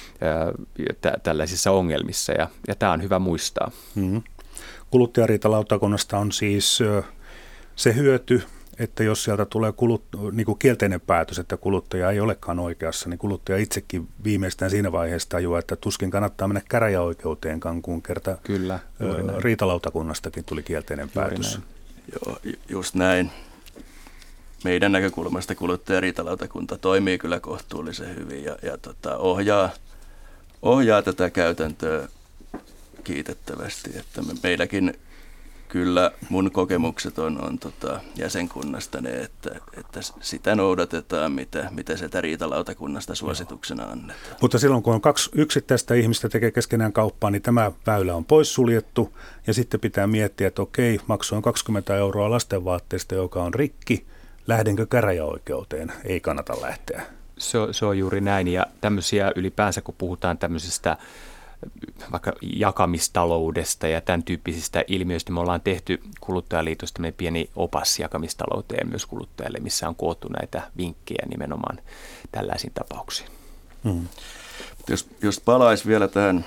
tä- tällaisissa ongelmissa. Ja, ja tämä on hyvä muistaa. Mm-hmm.
Kuluttajariitalautakunnasta on siis se hyöty, että jos sieltä tulee kulut, niin kuin kielteinen päätös, että kuluttaja ei olekaan oikeassa, niin kuluttaja itsekin viimeistään siinä vaiheessa tajuaa, että tuskin kannattaa mennä käräjäoikeuteenkaan, kun kerta
Kyllä,
ö, riitalautakunnastakin tuli kielteinen päätös.
Joo, just näin. Meidän näkökulmasta kuluttajariitalautakunta toimii kyllä kohtuullisen hyvin ja, ja tota, ohjaa, ohjaa tätä käytäntöä kiitettävästi, että me, meilläkin kyllä mun kokemukset on, on tota jäsenkunnasta ne, että, että sitä noudatetaan, mitä, mitä sieltä riitalautakunnasta suosituksena annetaan.
Mutta silloin kun on kaksi yksittäistä ihmistä tekee keskenään kauppaa, niin tämä väylä on poissuljettu ja sitten pitää miettiä, että okei, maksoin kaksikymmentä euroa lastenvaatteesta, joka on rikki, lähdenkö käräjäoikeuteen? Ei kannata lähteä.
Se on, se on juuri näin ja tämmöisiä ylipäänsä, kun puhutaan tämmöisestä vaikka jakamistaloudesta ja tämän tyyppisistä ilmiöistä. Me ollaan tehty Kuluttajaliitosta meidän pieni opas jakamistalouteen myös kuluttajille, missä on koottu näitä vinkkejä nimenomaan tällaisiin tapauksiin.
Mm.
Jos, jos palaisi vielä tähän,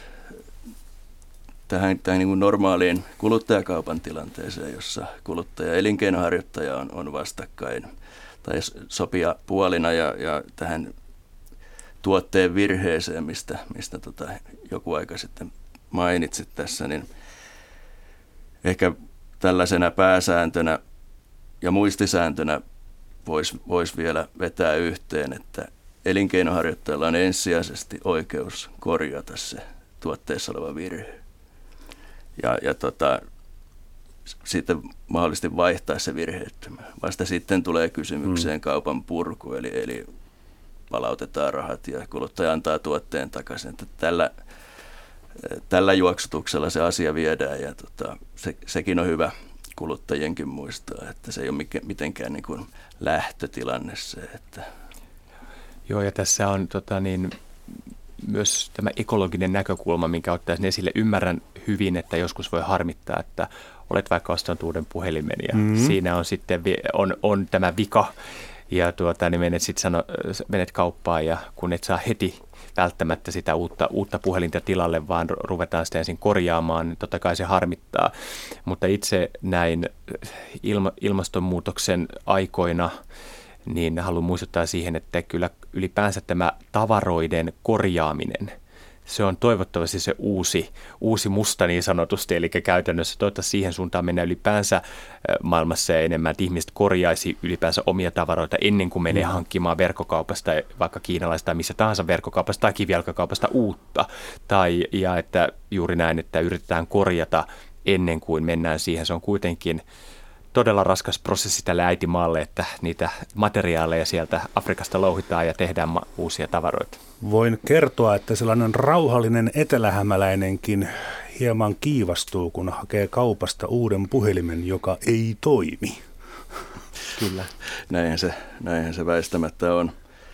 tähän, tähän niin kuin normaaliin kuluttajakaupan tilanteeseen, jossa kuluttaja ja elinkeinoharjoittaja on, on vastakkain tai sopia puolina ja, ja tähän tuotteen virheeseen, mistä, mistä tota joku aika sitten mainitsit tässä, niin ehkä tällaisena pääsääntönä ja muistisääntönä voisi vois vielä vetää yhteen, että elinkeinoharjoittajalla on ensisijaisesti oikeus korjata se tuotteessa oleva virhe. Ja, ja tota, sitten mahdollisesti vaihtaa se virheettömään. Vasta sitten tulee kysymykseen mm. kaupan purku, eli, eli palautetaan rahat ja kuluttaja antaa tuotteen takaisin. Että tällä, tällä juoksutuksella se asia viedään ja tota, se, sekin on hyvä kuluttajienkin muistaa, että se ei ole mitenkään niin kuin lähtötilanne se. Että.
Joo, ja tässä on tota, niin, myös tämä ekologinen näkökulma, minkä ottaisin esille. Ymmärrän hyvin, että joskus voi harmittaa, että olet vaikka ostanut uuden puhelimen ja mm-hmm. siinä on sitten on, on tämä vika. Ja tuota, niin menet sitten sano, menet kauppaan ja kun et saa heti välttämättä sitä uutta, uutta puhelinta tilalle, vaan ruvetaan sitä ensin korjaamaan, niin totta kai se harmittaa. Mutta itse näin ilma, ilmastonmuutoksen aikoina, niin haluan muistuttaa siihen, että kyllä ylipäänsä tämä tavaroiden korjaaminen, se on toivottavasti se uusi, uusi musta niin sanotusti, eli käytännössä toivottavasti siihen suuntaan mennään ylipäänsä maailmassa ja enemmän, että ihmiset korjaisi ylipäänsä omia tavaroita ennen kuin menee hankkimaan verkkokaupasta, vaikka kiinalaista tai missä tahansa verkkokaupasta tai kivijalkakaupasta uutta. Tai, ja että juuri näin, että yritetään korjata ennen kuin mennään siihen. Se on kuitenkin todella raskas prosessi tälle äitimaalle, että niitä materiaaleja sieltä Afrikasta louhitaan ja tehdään ma- uusia tavaroita.
Voin kertoa, että sellainen rauhallinen etelähämäläinenkin hieman kiivastuu, kun hakee kaupasta uuden puhelimen, joka ei toimi.
Kyllä.
Näinhän se, näinhän se väistämättä on.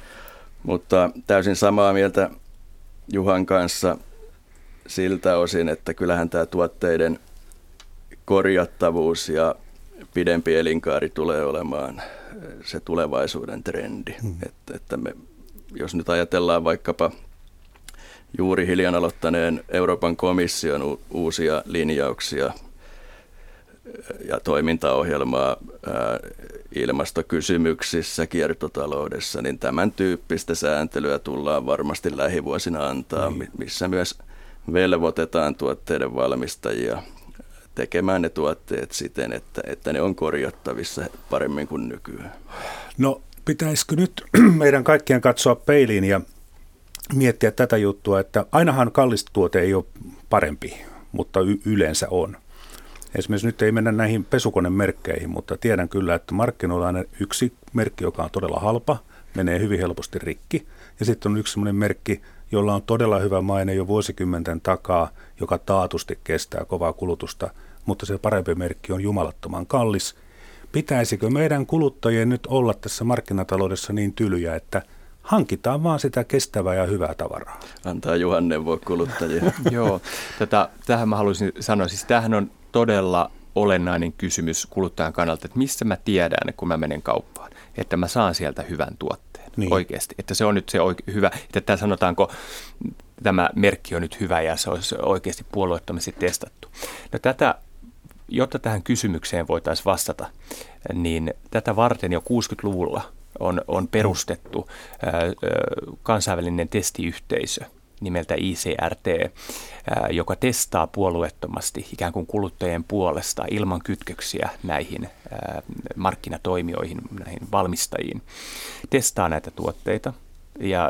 Mutta täysin samaa mieltä Juhan kanssa siltä osin, että kyllähän tämä tuotteiden korjattavuus ja pidempi elinkaari tulee olemaan se tulevaisuuden trendi. Hmm. Että, että me, jos nyt ajatellaan vaikkapa juuri hiljan aloittaneen Euroopan komission u- uusia linjauksia ja toimintaohjelmaa ää, ilmastokysymyksissä, kiertotaloudessa, niin tämän tyyppistä sääntelyä tullaan varmasti lähivuosina antaa, mm. missä myös velvoitetaan tuotteiden valmistajia tekemään ne tuotteet siten, että, että ne on korjattavissa paremmin kuin nykyään.
No pitäisikö nyt meidän kaikkien katsoa peiliin ja miettiä tätä juttua, että ainahan kallis tuote ei ole parempi, mutta y- yleensä on. Esimerkiksi nyt ei mennä näihin pesukonemerkkeihin, mutta tiedän kyllä, että markkinoilla on yksi merkki, joka on todella halpa, menee hyvin helposti rikki. Ja sitten on yksi sellainen merkki, jolla on todella hyvä maine jo vuosikymmenten takaa, joka taatusti kestää kovaa kulutusta, mutta se parempi merkki on jumalattoman kallis. Pitäisikö meidän kuluttajien nyt olla tässä markkinataloudessa niin tylyjä, että hankitaan vaan sitä kestävää ja hyvää tavaraa?
Antaa Juhan neuvoa kuluttajia.
Joo, tätä, tähän mä haluaisin sanoa, siis tämähän on todella olennainen kysymys kuluttajan kannalta, että mistä mä tiedän, kun mä menen kauppaan, että mä saan sieltä hyvän tuotteen niin. Oikeasti. Että se on nyt se oike- hyvä, että tämä sanotaanko, tämä merkki on nyt hyvä ja se olisi oikeasti puolueettomasti testattu. No tätä, jotta tähän kysymykseen voitaisiin vastata, niin tätä varten jo kuusikymmentäluvulla on, on perustettu ää, kansainvälinen testiyhteisö nimeltä I C R T, ää, joka testaa puolueettomasti ikään kuin kuluttajien puolesta ilman kytköksiä näihin ää, markkinatoimijoihin, näihin valmistajiin. Testaa näitä tuotteita ja ää,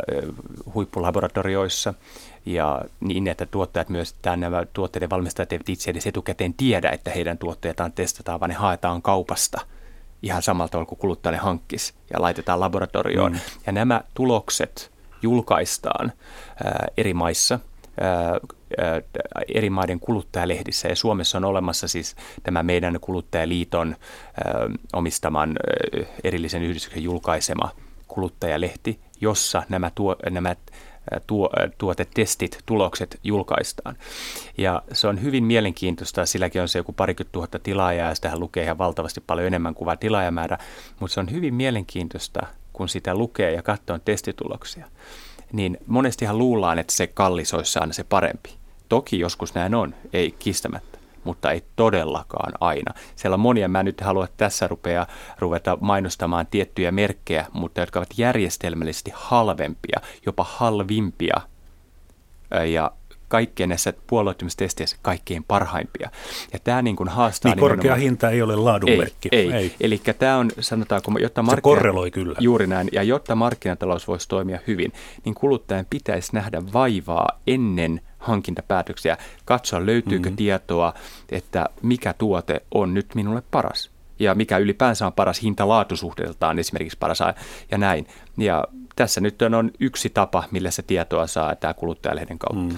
huippulaboratorioissa ja niin, että tuottajat myös, että nämä tuotteiden valmistajat eivät itse edes etukäteen tiedä, että heidän tuotteitaan testataan, vaan ne haetaan kaupasta ihan samalla tavalla kuin kuluttaja hankkisi ja laitetaan laboratorioon. Mm. Ja nämä tulokset julkaistaan ää, eri maissa, ää, ää, eri maiden kuluttajalehdissä. Ja Suomessa on olemassa siis tämä meidän Kuluttajaliiton ää, omistaman ää, erillisen yhdistyksen julkaisema kuluttajalehti, jossa nämä, tuo, nämä tuo, tuotetestit, tulokset julkaistaan. Ja se on hyvin mielenkiintoista, silläkin on se joku parikymmentä tuhatta tilaajaa, ja sitähän lukee ihan valtavasti paljon enemmän kuin vain tilaajamäärä, mutta se on hyvin mielenkiintoista, kun sitä lukee ja katsoo testituloksia, niin monestihan luullaan, että se kallis olisi aina se parempi. Toki joskus näin on, ei kistämättä, mutta ei todellakaan aina. Siellä on monia, mä nyt haluan tässä rupea, ruveta mainostamaan tiettyjä merkkejä, mutta jotka ovat järjestelmällisesti halvempia, jopa halvimpia ja kaikkien näissä puolueettomistesteissä kaikkein parhaimpia. Ja tämä niin kuin haastaa...
Niin korkea hinta ei ole laadunmerkki.
Ei, ei. ei. Eli tämä on, sanotaanko, jotta
markkina... Se korreloi kyllä.
Juuri näin. Ja jotta markkinatalous voisi toimia hyvin, niin kuluttajan pitäisi nähdä vaivaa ennen hankintapäätöksiä, katsoa löytyykö mm-hmm. tietoa, että mikä tuote on nyt minulle paras. Ja mikä ylipäänsä on paras hinta-laatusuhteeltaan esimerkiksi paras ja näin. Ja tässä nyt on yksi tapa, millä se tietoa saa tämä kuluttajalehden kautta. Mm.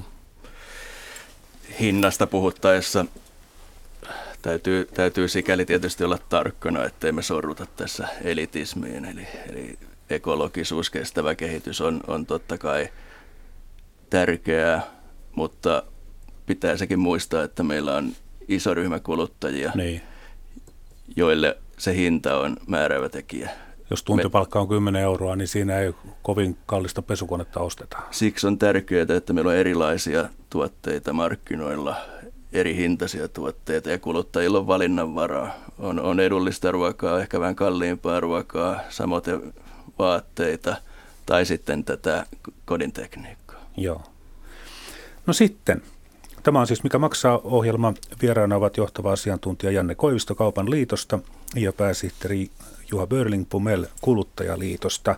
Hinnasta puhuttaessa täytyy, täytyy sikäli tietysti olla tarkkana, ettei me sorruta tässä elitismiin. Eli, eli ekologisuus, kestävä kehitys on, on totta kai tärkeää, mutta pitää sekin muistaa, että meillä on iso ryhmä kuluttajia, niin. joille se hinta on määräävä tekijä.
Jos tuntipalkka on kymmenen euroa, niin siinä ei kovin kallista pesukonetta osteta.
Siksi on tärkeää, että meillä on erilaisia tuotteita markkinoilla, eri hintaisia tuotteita ja kuluttajilla on valinnanvaraa. On, on edullista ruokaa, ehkä vähän kalliimpaa ruokaa, samoin vaatteita tai sitten tätä kodin tekniikkaa.
Joo. No sitten, tämä on siis Mikä maksaa -ohjelma. Vieraana ovat johtava asiantuntija Janne Koivisto Kaupan liitosta ja pääsihteeri Juha Börling-Pumell Kuluttajaliitosta.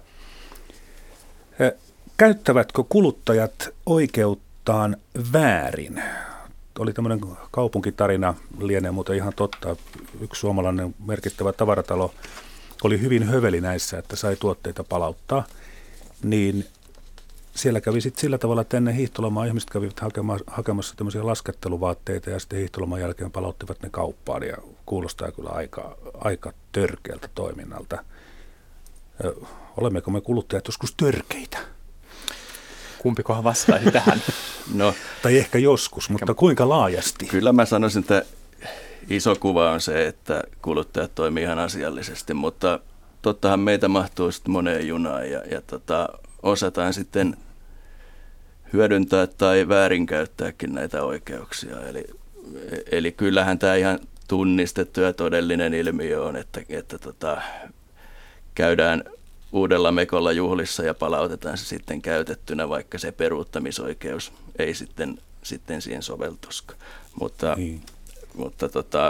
Käyttävätkö kuluttajat oikeuttaan väärin? Oli tämmöinen kaupunkitarina, lienee muuten ihan totta. Yksi suomalainen merkittävä tavaratalo oli hyvin höveli näissä, että sai tuotteita palauttaa. Niin siellä kävi sitten sillä tavalla, että ennen hiihtolomaa ihmiset kävivät hakemassa tämmöisiä lasketteluvaatteita ja sitten hiihtoloman jälkeen palauttivat ne kauppaan ja kuulostaa kyllä aika, aika törkeältä toiminnalta. Ö, olemmeko me kuluttajat joskus törkeitä?
Kumpikohan vastaisi tähän?
No,
tai ehkä joskus, mutta kuinka laajasti?
Kyllä mä sanoisin, että iso kuva on se, että kuluttajat toimii ihan asiallisesti, mutta tottahan meitä mahtuu sitten moneen junaan ja, ja tota, osataan sitten hyödyntää tai väärinkäyttääkin näitä oikeuksia. Eli, eli kyllähän tämä ihan tunnistettu ja todellinen ilmiö on, että, että tota, käydään uudella mekolla juhlissa ja palautetaan se sitten käytettynä, vaikka se peruuttamisoikeus ei sitten, sitten siihen soveltuskaan. Mutta, niin. mutta tota,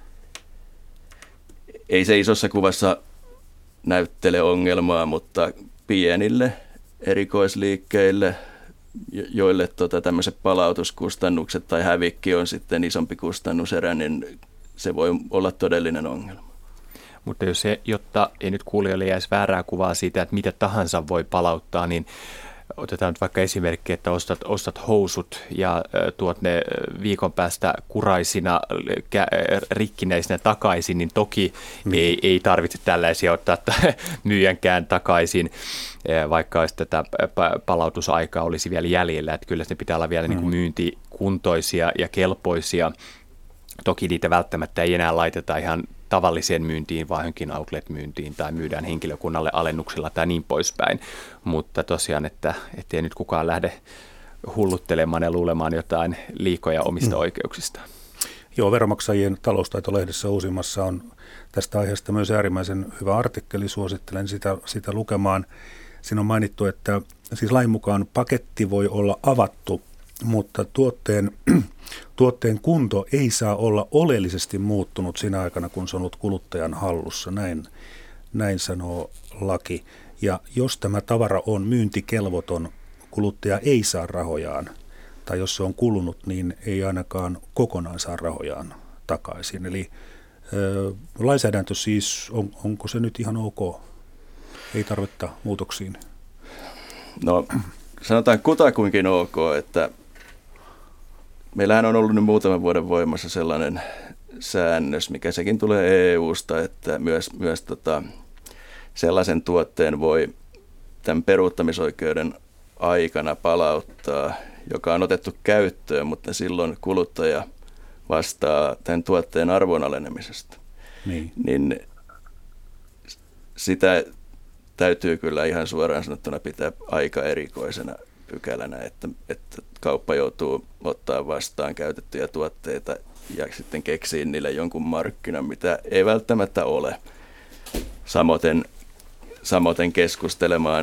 ei se isossa kuvassa näyttele ongelmaa, mutta pienille erikoisliikkeille, joille tota, tämmöiset palautuskustannukset tai hävikki on sitten isompi kustannuserä, niin se voi olla todellinen ongelma.
Mutta jos se, jotta ei nyt kuulijoille jäisi väärää kuvaa siitä, että mitä tahansa voi palauttaa, niin otetaan nyt vaikka esimerkki, että ostat, ostat housut ja tuot ne viikon päästä kuraisina, rikkinäisinä takaisin, niin toki mm. ei, ei tarvitse tällaisia ottaa myyjänkään takaisin, vaikka olisi tätä palautusaikaa olisi vielä jäljellä. Että kyllä ne pitää olla vielä mm. niin kuin myyntikuntoisia ja kelpoisia. Toki niitä välttämättä ei enää laiteta ihan tavalliseen myyntiin, vaan johonkin outlet-myyntiin tai myydään henkilökunnalle alennuksilla tai niin poispäin. Mutta tosiaan, että ettei nyt kukaan lähde hulluttelemaan ja luulemaan jotain liikoja omista mm. oikeuksistaan.
Joo, Veronmaksajien taloustaitolehdessä uusimmassa on tästä aiheesta myös äärimmäisen hyvä artikkeli. Suosittelen sitä, sitä lukemaan. Siinä on mainittu, että siis lain mukaan paketti voi olla avattu, mutta tuotteen, tuotteen kunto ei saa olla oleellisesti muuttunut siinä aikana, kun se on ollut kuluttajan hallussa. Näin, näin sanoo laki. Ja jos tämä tavara on myyntikelvoton, kuluttaja ei saa rahojaan, tai jos se on kulunut, niin ei ainakaan kokonaan saa rahojaan takaisin. Eli ö, lainsäädäntö siis, on, onko se nyt ihan ok? Ei tarvita muutoksiin.
No sanotaan kutakuinkin ok, että meillähän on ollut nyt muutaman vuoden voimassa sellainen säännös, mikä sekin tulee E U:sta, että myös, myös tota, sellaisen tuotteen voi tämän peruuttamisoikeuden aikana palauttaa, joka on otettu käyttöön, mutta silloin kuluttaja vastaa tämän tuotteen arvon alenemisesta. Niin. niin sitä täytyy kyllä ihan suoraan sanottuna pitää aika erikoisena pykälänä, että, että kauppa joutuu ottaa vastaan käytettyjä tuotteita ja sitten keksii niille jonkun markkinan, mitä ei välttämättä ole. Samoten, samoten keskustelemaan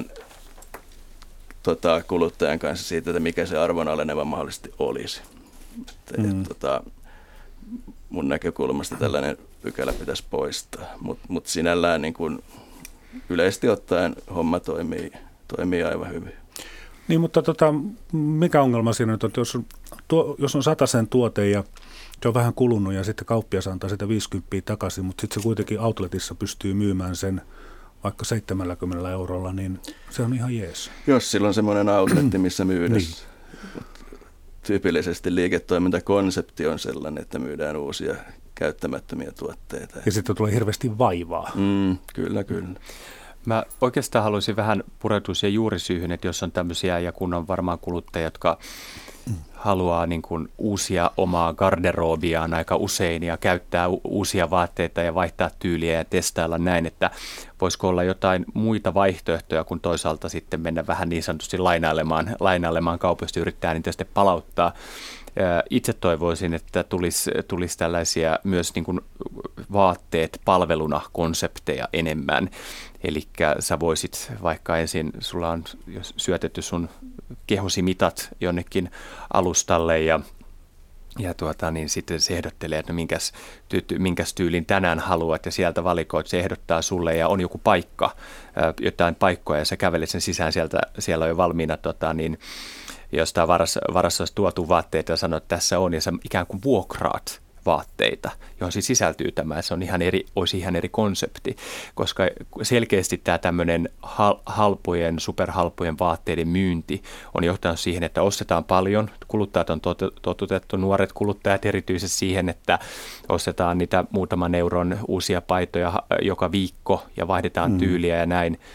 tota, kuluttajan kanssa siitä, että mikä se arvon aleneva mahdollisesti olisi. Mm. Et, tota, mun näkökulmasta tällainen pykälä pitäisi poistaa, mutta mut sinällään niin kun yleisesti ottaen homma toimii, toimii aivan hyvin.
Niin, mutta tota, mikä ongelma siinä on, että jos on, tuo, jos on satasen tuote ja se on vähän kulunut ja sitten kauppias antaa sitä viisikymmentä takaisin, mutta sitten se kuitenkin outletissa pystyy myymään sen vaikka seitsemänkymmentä eurolla, niin se on ihan jees.
Jos sillä on semmoinen outletti, missä myydään. Niin. Tyypillisesti liiketoimintakonsepti on sellainen, että myydään uusia käyttämättömiä tuotteita.
Ja sitten tulee hirveästi vaivaa.
Mm, kyllä, kyllä.
Mä oikeastaan haluaisin vähän pureutua siihen juurisyyhyn, että jos on tämmöisiä, ja kun on varmaan kuluttajia, jotka haluaa niin kuin uusia omaa garderobiaan aika usein ja käyttää u- uusia vaatteita ja vaihtaa tyyliä ja testailla näin, että voisiko olla jotain muita vaihtoehtoja, kun toisaalta sitten mennä vähän niin sanotusti lainailemaan, lainailemaan kaupoista, yrittää niitä sitten palauttaa. Itse toivoisin, että tulisi, tulisi tällaisia myös niin kuin vaatteet palveluna konsepteja enemmän. Eli sä voisit vaikka ensin, sulla on syötetty sun kehosi mitat jonnekin alustalle ja Ja tuota, niin sitten se ehdottelee, että no minkäs, ty- minkäs tyylin tänään haluat ja sieltä valikoit, se ehdottaa sulle ja on joku paikka, jotain paikkoja ja sä kävelet sen sisään, sieltä, siellä on jo valmiina tota, niin jostain varassa, varassa olisi tuotu vaatteita ja sanoo, että tässä on ja sä ikään kuin vuokraat vaatteita, johon siis sisältyy tämä, se on ihan eri, olisi ihan eri konsepti, koska selkeästi tämä tämmöinen halpojen, superhalpojen vaatteiden myynti on johtanut siihen, että ostetaan paljon, kuluttajat on totutettu, nuoret kuluttajat erityisesti siihen, että ostetaan niitä muutaman euron uusia paitoja joka viikko ja vaihdetaan mm. tyyliä ja näin.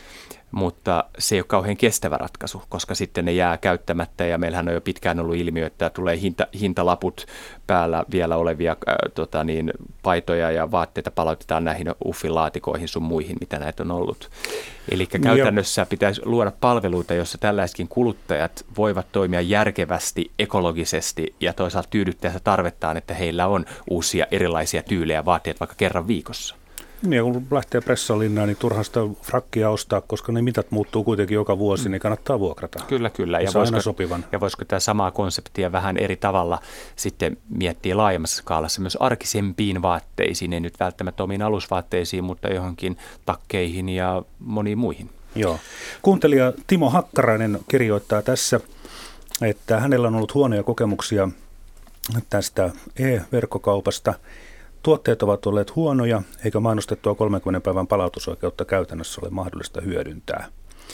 mutta se ei ole kauhean kestävä ratkaisu, koska sitten ne jää käyttämättä ja meillähän on jo pitkään ollut ilmiö, että tulee hinta, hintalaput päällä vielä olevia äh, tota niin, paitoja ja vaatteita palautetaan näihin uffilaatikoihin sun muihin, mitä näitä on ollut. Eli käytännössä pitäisi luoda palveluita, joissa tällaisetkin kuluttajat voivat toimia järkevästi, ekologisesti ja toisaalta tyydyttää tarvettaan, että heillä on uusia erilaisia tyylejä vaatteet vaikka kerran viikossa.
Niin, kun lähtee Pressalinnaan, niin turhaan sitä frakkia ostaa, koska ne mitat muuttuu kuitenkin joka vuosi, niin kannattaa vuokrata.
Kyllä, kyllä. Ja voisiko, sopivan. ja voisiko tämä samaa konseptia vähän eri tavalla sitten miettiä laajemmassa skaalassa myös arkisempiin vaatteisiin, ei nyt välttämättä omiin alusvaatteisiin, mutta johonkin takkeihin ja moniin muihin. Joo.
Kuuntelija Timo Hakkarainen kirjoittaa tässä, että hänellä on ollut huonoja kokemuksia tästä e-verkkokaupasta. Tuotteet ovat olleet huonoja, eikä mainostettua kolmenkymmenen päivän palautusoikeutta käytännössä ole mahdollista hyödyntää.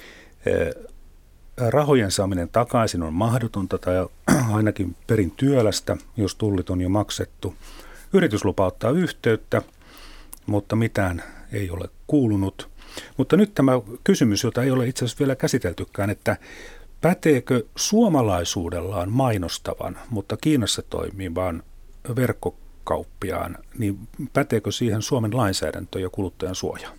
Rahojen saaminen takaisin on mahdotonta tai ainakin perin työlästä, jos tullit on jo maksettu. Yritys lupaa ottaa yhteyttä, mutta mitään ei ole kuulunut. Mutta nyt tämä kysymys, jota ei ole itse asiassa vielä käsiteltykään, että päteekö suomalaisuudellaan mainostavan, mutta Kiinassa toimii vaan verkkokauppiaan, niin päteekö siihen Suomen lainsäädäntö ja kuluttajan suoja?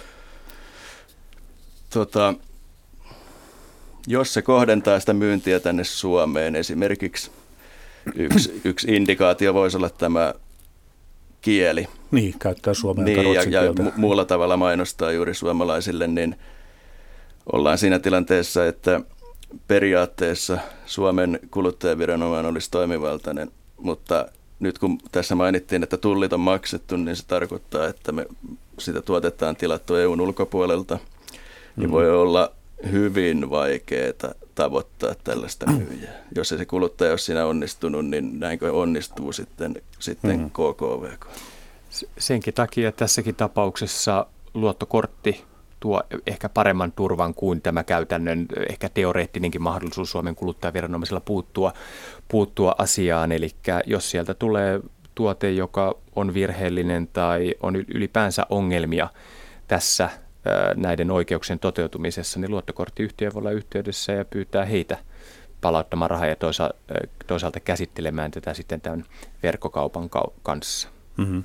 Tota, jos se kohdentaa sitä myyntiä tänne Suomeen, esimerkiksi yksi, yksi indikaatio voisi olla tämä kieli.
Niin, käyttää suomea
niin,
tai
ja,
ruotsin
ja
kieltä.
mu- muulla tavalla mainostaa juuri suomalaisille, niin ollaan siinä tilanteessa, että periaatteessa Suomen kuluttajaviranomainen olisi toimivaltainen, mutta nyt kun tässä mainittiin, että tullit on maksettu, niin se tarkoittaa, että me sitä tuotetaan tilattu E U:n ulkopuolelta, mm-hmm. niin voi olla hyvin vaikeaa tavoittaa tällaista myyjää. Jos ei se kuluttaja ole siinä onnistunut, niin näinkö onnistuu sitten, sitten mm-hmm. K K V K?
Senkin takia tässäkin tapauksessa luottokortti tuo ehkä paremman turvan kuin tämä käytännön, ehkä teoreettinenkin mahdollisuus Suomen kuluttajaviranomaisilla puuttua, puuttua asiaan. Eli jos sieltä tulee tuote, joka on virheellinen tai on ylipäänsä ongelmia tässä näiden oikeuksien toteutumisessa, niin luottokorttiyhtiö voi olla yhteydessä ja pyytää heitä palauttamaan rahaa ja toisaalta, toisaalta käsittelemään tätä sitten tämän verkkokaupan kanssa.
Mm-hmm.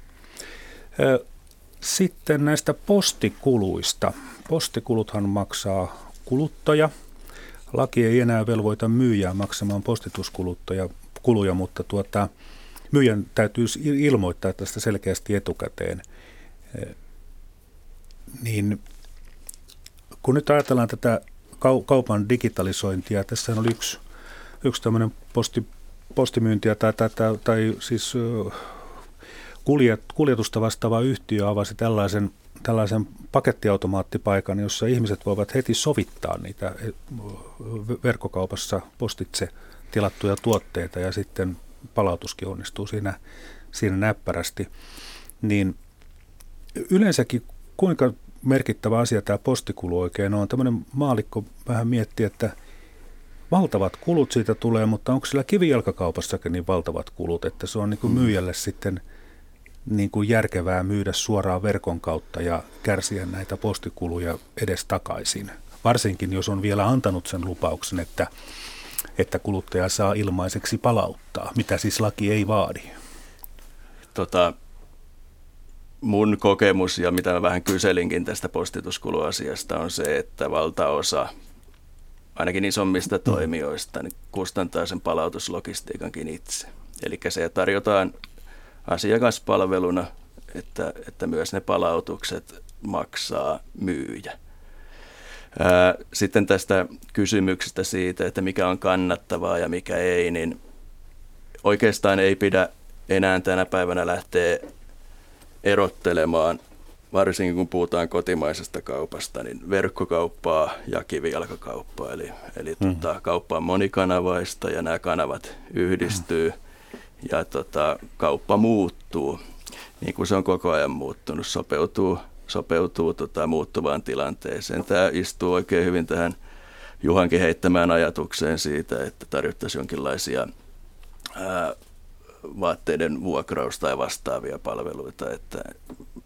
Sitten näistä postikuluista. Postikuluthan maksaa kuluttaja. Laki ei enää velvoita myyjää maksamaan postituskuluttajia kuluja, mutta tuota, myyjän täytyy ilmoittaa tästä selkeästi etukäteen. Niin, kun nyt ajatellaan tätä kaupan digitalisointia, tässä oli yksi, yksi tämmöinen posti, postimyyntiä tai, tai, tai, tai siis kuljetusta vastaava yhtiö avasi tällaisen, tällaisen pakettiautomaattipaikan, jossa ihmiset voivat heti sovittaa niitä verkkokaupassa postitse tilattuja tuotteita ja sitten palautuskin onnistuu siinä, siinä näppärästi. Niin yleensäkin kuinka merkittävä asia tämä postikulu oikein on? Tämmöinen maallikko vähän miettii, että valtavat kulut siitä tulee, mutta onko sillä kivijalkakaupassakin niin valtavat kulut, että se on niin kuin myyjälle sitten niin kuin järkevää myydä suoraan verkon kautta ja kärsiä näitä postikuluja edes takaisin. Varsinkin jos on vielä antanut sen lupauksen, että, että kuluttaja saa ilmaiseksi palauttaa, mitä siis laki ei vaadi.
Tota, mun kokemus ja mitä mä vähän kyselinkin tästä postituskuluasiasta on se, että valtaosa ainakin isommista toimijoista niin kustantaa sen palautuslogistiikankin itse. Eli se tarjotaan asiakaspalveluna, että, että myös ne palautukset maksaa myyjä. Ää, sitten tästä kysymyksestä siitä, että mikä on kannattavaa ja mikä ei, niin oikeastaan ei pidä enää tänä päivänä lähteä erottelemaan, varsinkin kun puhutaan kotimaisesta kaupasta, niin verkkokauppaa ja kivijalkakauppaa. Eli, eli mm. tota, kauppa on monikanavaista ja nämä kanavat yhdistyy. Mm. Ja tota, kauppa muuttuu, niin kuin se on koko ajan muuttunut, sopeutuu, sopeutuu tota, muuttuvaan tilanteeseen. Tämä istuu oikein hyvin tähän Juhankin heittämään ajatukseen siitä, että tarjottaisiin jonkinlaisia ää, vaatteiden vuokraus- tai vastaavia palveluita. Että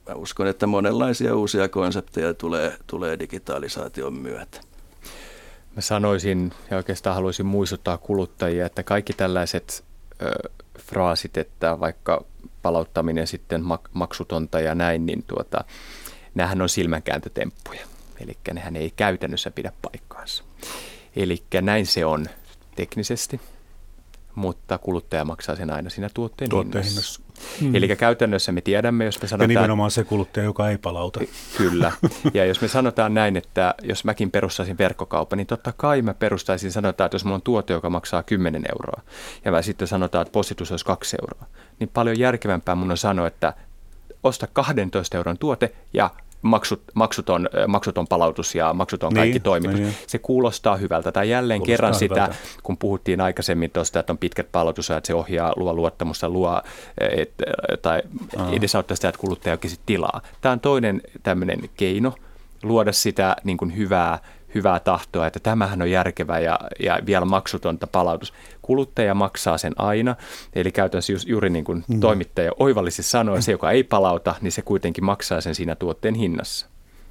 mä uskon, että monenlaisia uusia konsepteja tulee, tulee digitalisaation myötä.
Mä sanoisin ja oikeastaan haluaisin muistuttaa kuluttajia, että kaikki tällaiset ö, fraasit, että vaikka palauttaminen sitten mak- maksutonta ja näin, niin tuota, näähän on silmänkääntötemppuja. Eli nehän ei käytännössä pidä paikkaansa. Eli näin se on teknisesti, mutta kuluttaja maksaa sen aina siinä tuotteen, tuotteen hinnassa. Hmm. Eli käytännössä me tiedämme, jos me sanotaan...
Ja nimenomaan se kuluttaja, joka ei palauta.
Kyllä. Ja jos me sanotaan näin, että jos mäkin perustaisin verkkokaupan, niin totta kai mä perustaisin, sanotaan, että jos mulla on tuote, joka maksaa kymmenen euroa, ja mä sitten sanotaan, että postitus olisi kaksi euroa, niin paljon järkevämpää mun on sanoa, että osta kahdentoista euron tuote ja Maksut, maksuton, maksuton palautus ja maksuton kaikki niin, toimitus. Niin. Se kuulostaa hyvältä. Tai jälleen kuulostaa kerran hyvältä. Sitä, kun puhuttiin aikaisemmin tuosta, että on pitkät palautusajat, se ohjaa, luo luottamusta, luo et, tai Aa. edesauttaa sitä, että kuluttaja oikeasti tilaa. Tämä on toinen tämmöinen keino luoda sitä niin kuin hyvää, hyvää tahtoa, että tämähän on järkevä ja, ja vielä maksutonta palautus. Kuluttaja maksaa sen aina, eli käytännössä juuri niin kuin mm. toimittaja oivallisesti sanoi, se joka ei palauta, niin se kuitenkin maksaa sen siinä tuotteen hinnassa.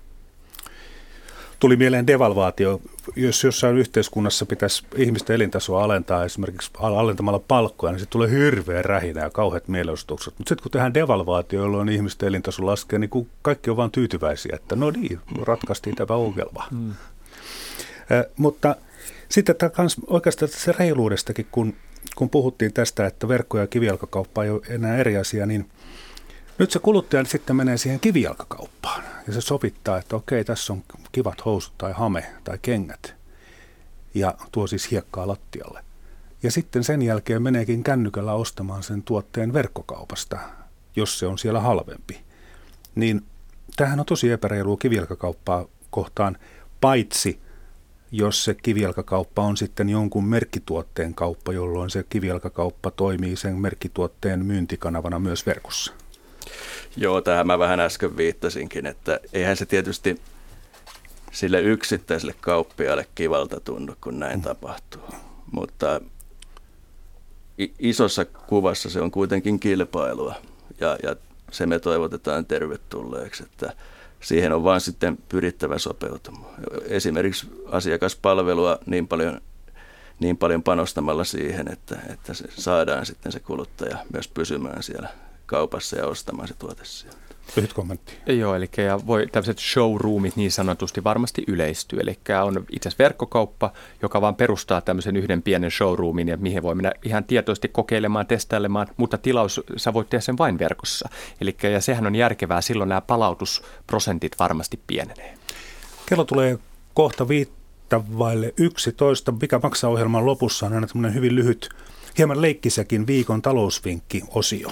Tuli mieleen devalvaatio. Jos jossain yhteiskunnassa pitäisi ihmisten elintasoa alentaa esimerkiksi alentamalla palkkoja, niin se tulee hirveän rähinä ja kauheat mielenosoitukset. Mutta sitten kun tehdään devalvaatio, jolloin ihmisten elintaso laskee, niin kaikki on vaan tyytyväisiä, että no niin, ratkaistiin tämä ongelma. Mm. Eh, mutta sitten kans oikeastaan se reiluudestakin, kun, kun puhuttiin tästä, että verkko- ja kivijalkakauppa ei ole enää eri asia, niin nyt se kuluttaja sitten menee siihen kivijalkakauppaan ja se sovittaa, että okei, tässä on kivat housut tai hame tai kengät ja tuo siis hiekkaa lattialle. Ja sitten sen jälkeen meneekin kännykällä ostamaan sen tuotteen verkkokaupasta, jos se on siellä halvempi. Niin tämähän on tosi epäreilua kivijalkakauppaa kohtaan, paitsi jos se kivijalkakauppa on sitten jonkun merkkituotteen kauppa, jolloin se kivijalkakauppa toimii sen merkkituotteen myyntikanavana myös verkossa.
Joo, tähän mä vähän äsken viittasinkin, että eihän se tietysti sille yksittäiselle kauppiaalle kivalta tunnu, kun näin mm. tapahtuu. Mutta isossa kuvassa se on kuitenkin kilpailua ja, ja se me toivotetaan tervetulleeksi, että siihen on vaan sitten pyrittävä sopeutumaan. Esimerkiksi asiakaspalvelua niin paljon, niin paljon panostamalla siihen, että, että se saadaan sitten se kuluttaja myös pysymään siellä kaupassa ja ostamaan se tuote sieltä.
Lyhyt kommentti.
Joo, eli ja voi tämmöiset showroomit niin sanotusti varmasti yleistyy. Eli on itse asiassa verkkokauppa, joka vaan perustaa tämmöisen yhden pienen showroomin, ja mihin voi mennä ihan tietoisesti kokeilemaan, testailemaan, mutta tilaus, sä voit tehdä sen vain verkossa. Eli ja sehän on järkevää, silloin nämä palautusprosentit varmasti pienenee.
Kello tulee kohta viittä vaille yksitoista. Mikä maksaa ohjelman lopussa on aina tämmöinen hyvin lyhyt, hieman leikkisäkin viikon talousvinkki-osio.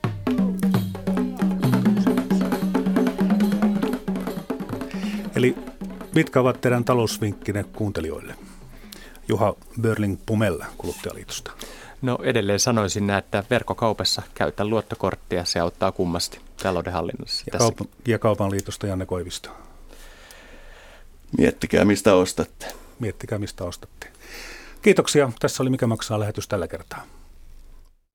Eli mitkä ovat teidän talousvinkkinne kuuntelijoille? Juha Börling-Pumella Kuluttajaliitosta.
No edelleen sanoisin, että verkkokaupassa käytä luottokorttia, se auttaa kummasti taloudenhallinnassa.
Ja, kaup- ja Kaupan liitosta Janne Koivisto.
Miettikää, mistä ostatte.
Miettikää, mistä ostatte. Kiitoksia. Tässä oli Mikä maksaa -lähetys tällä kertaa.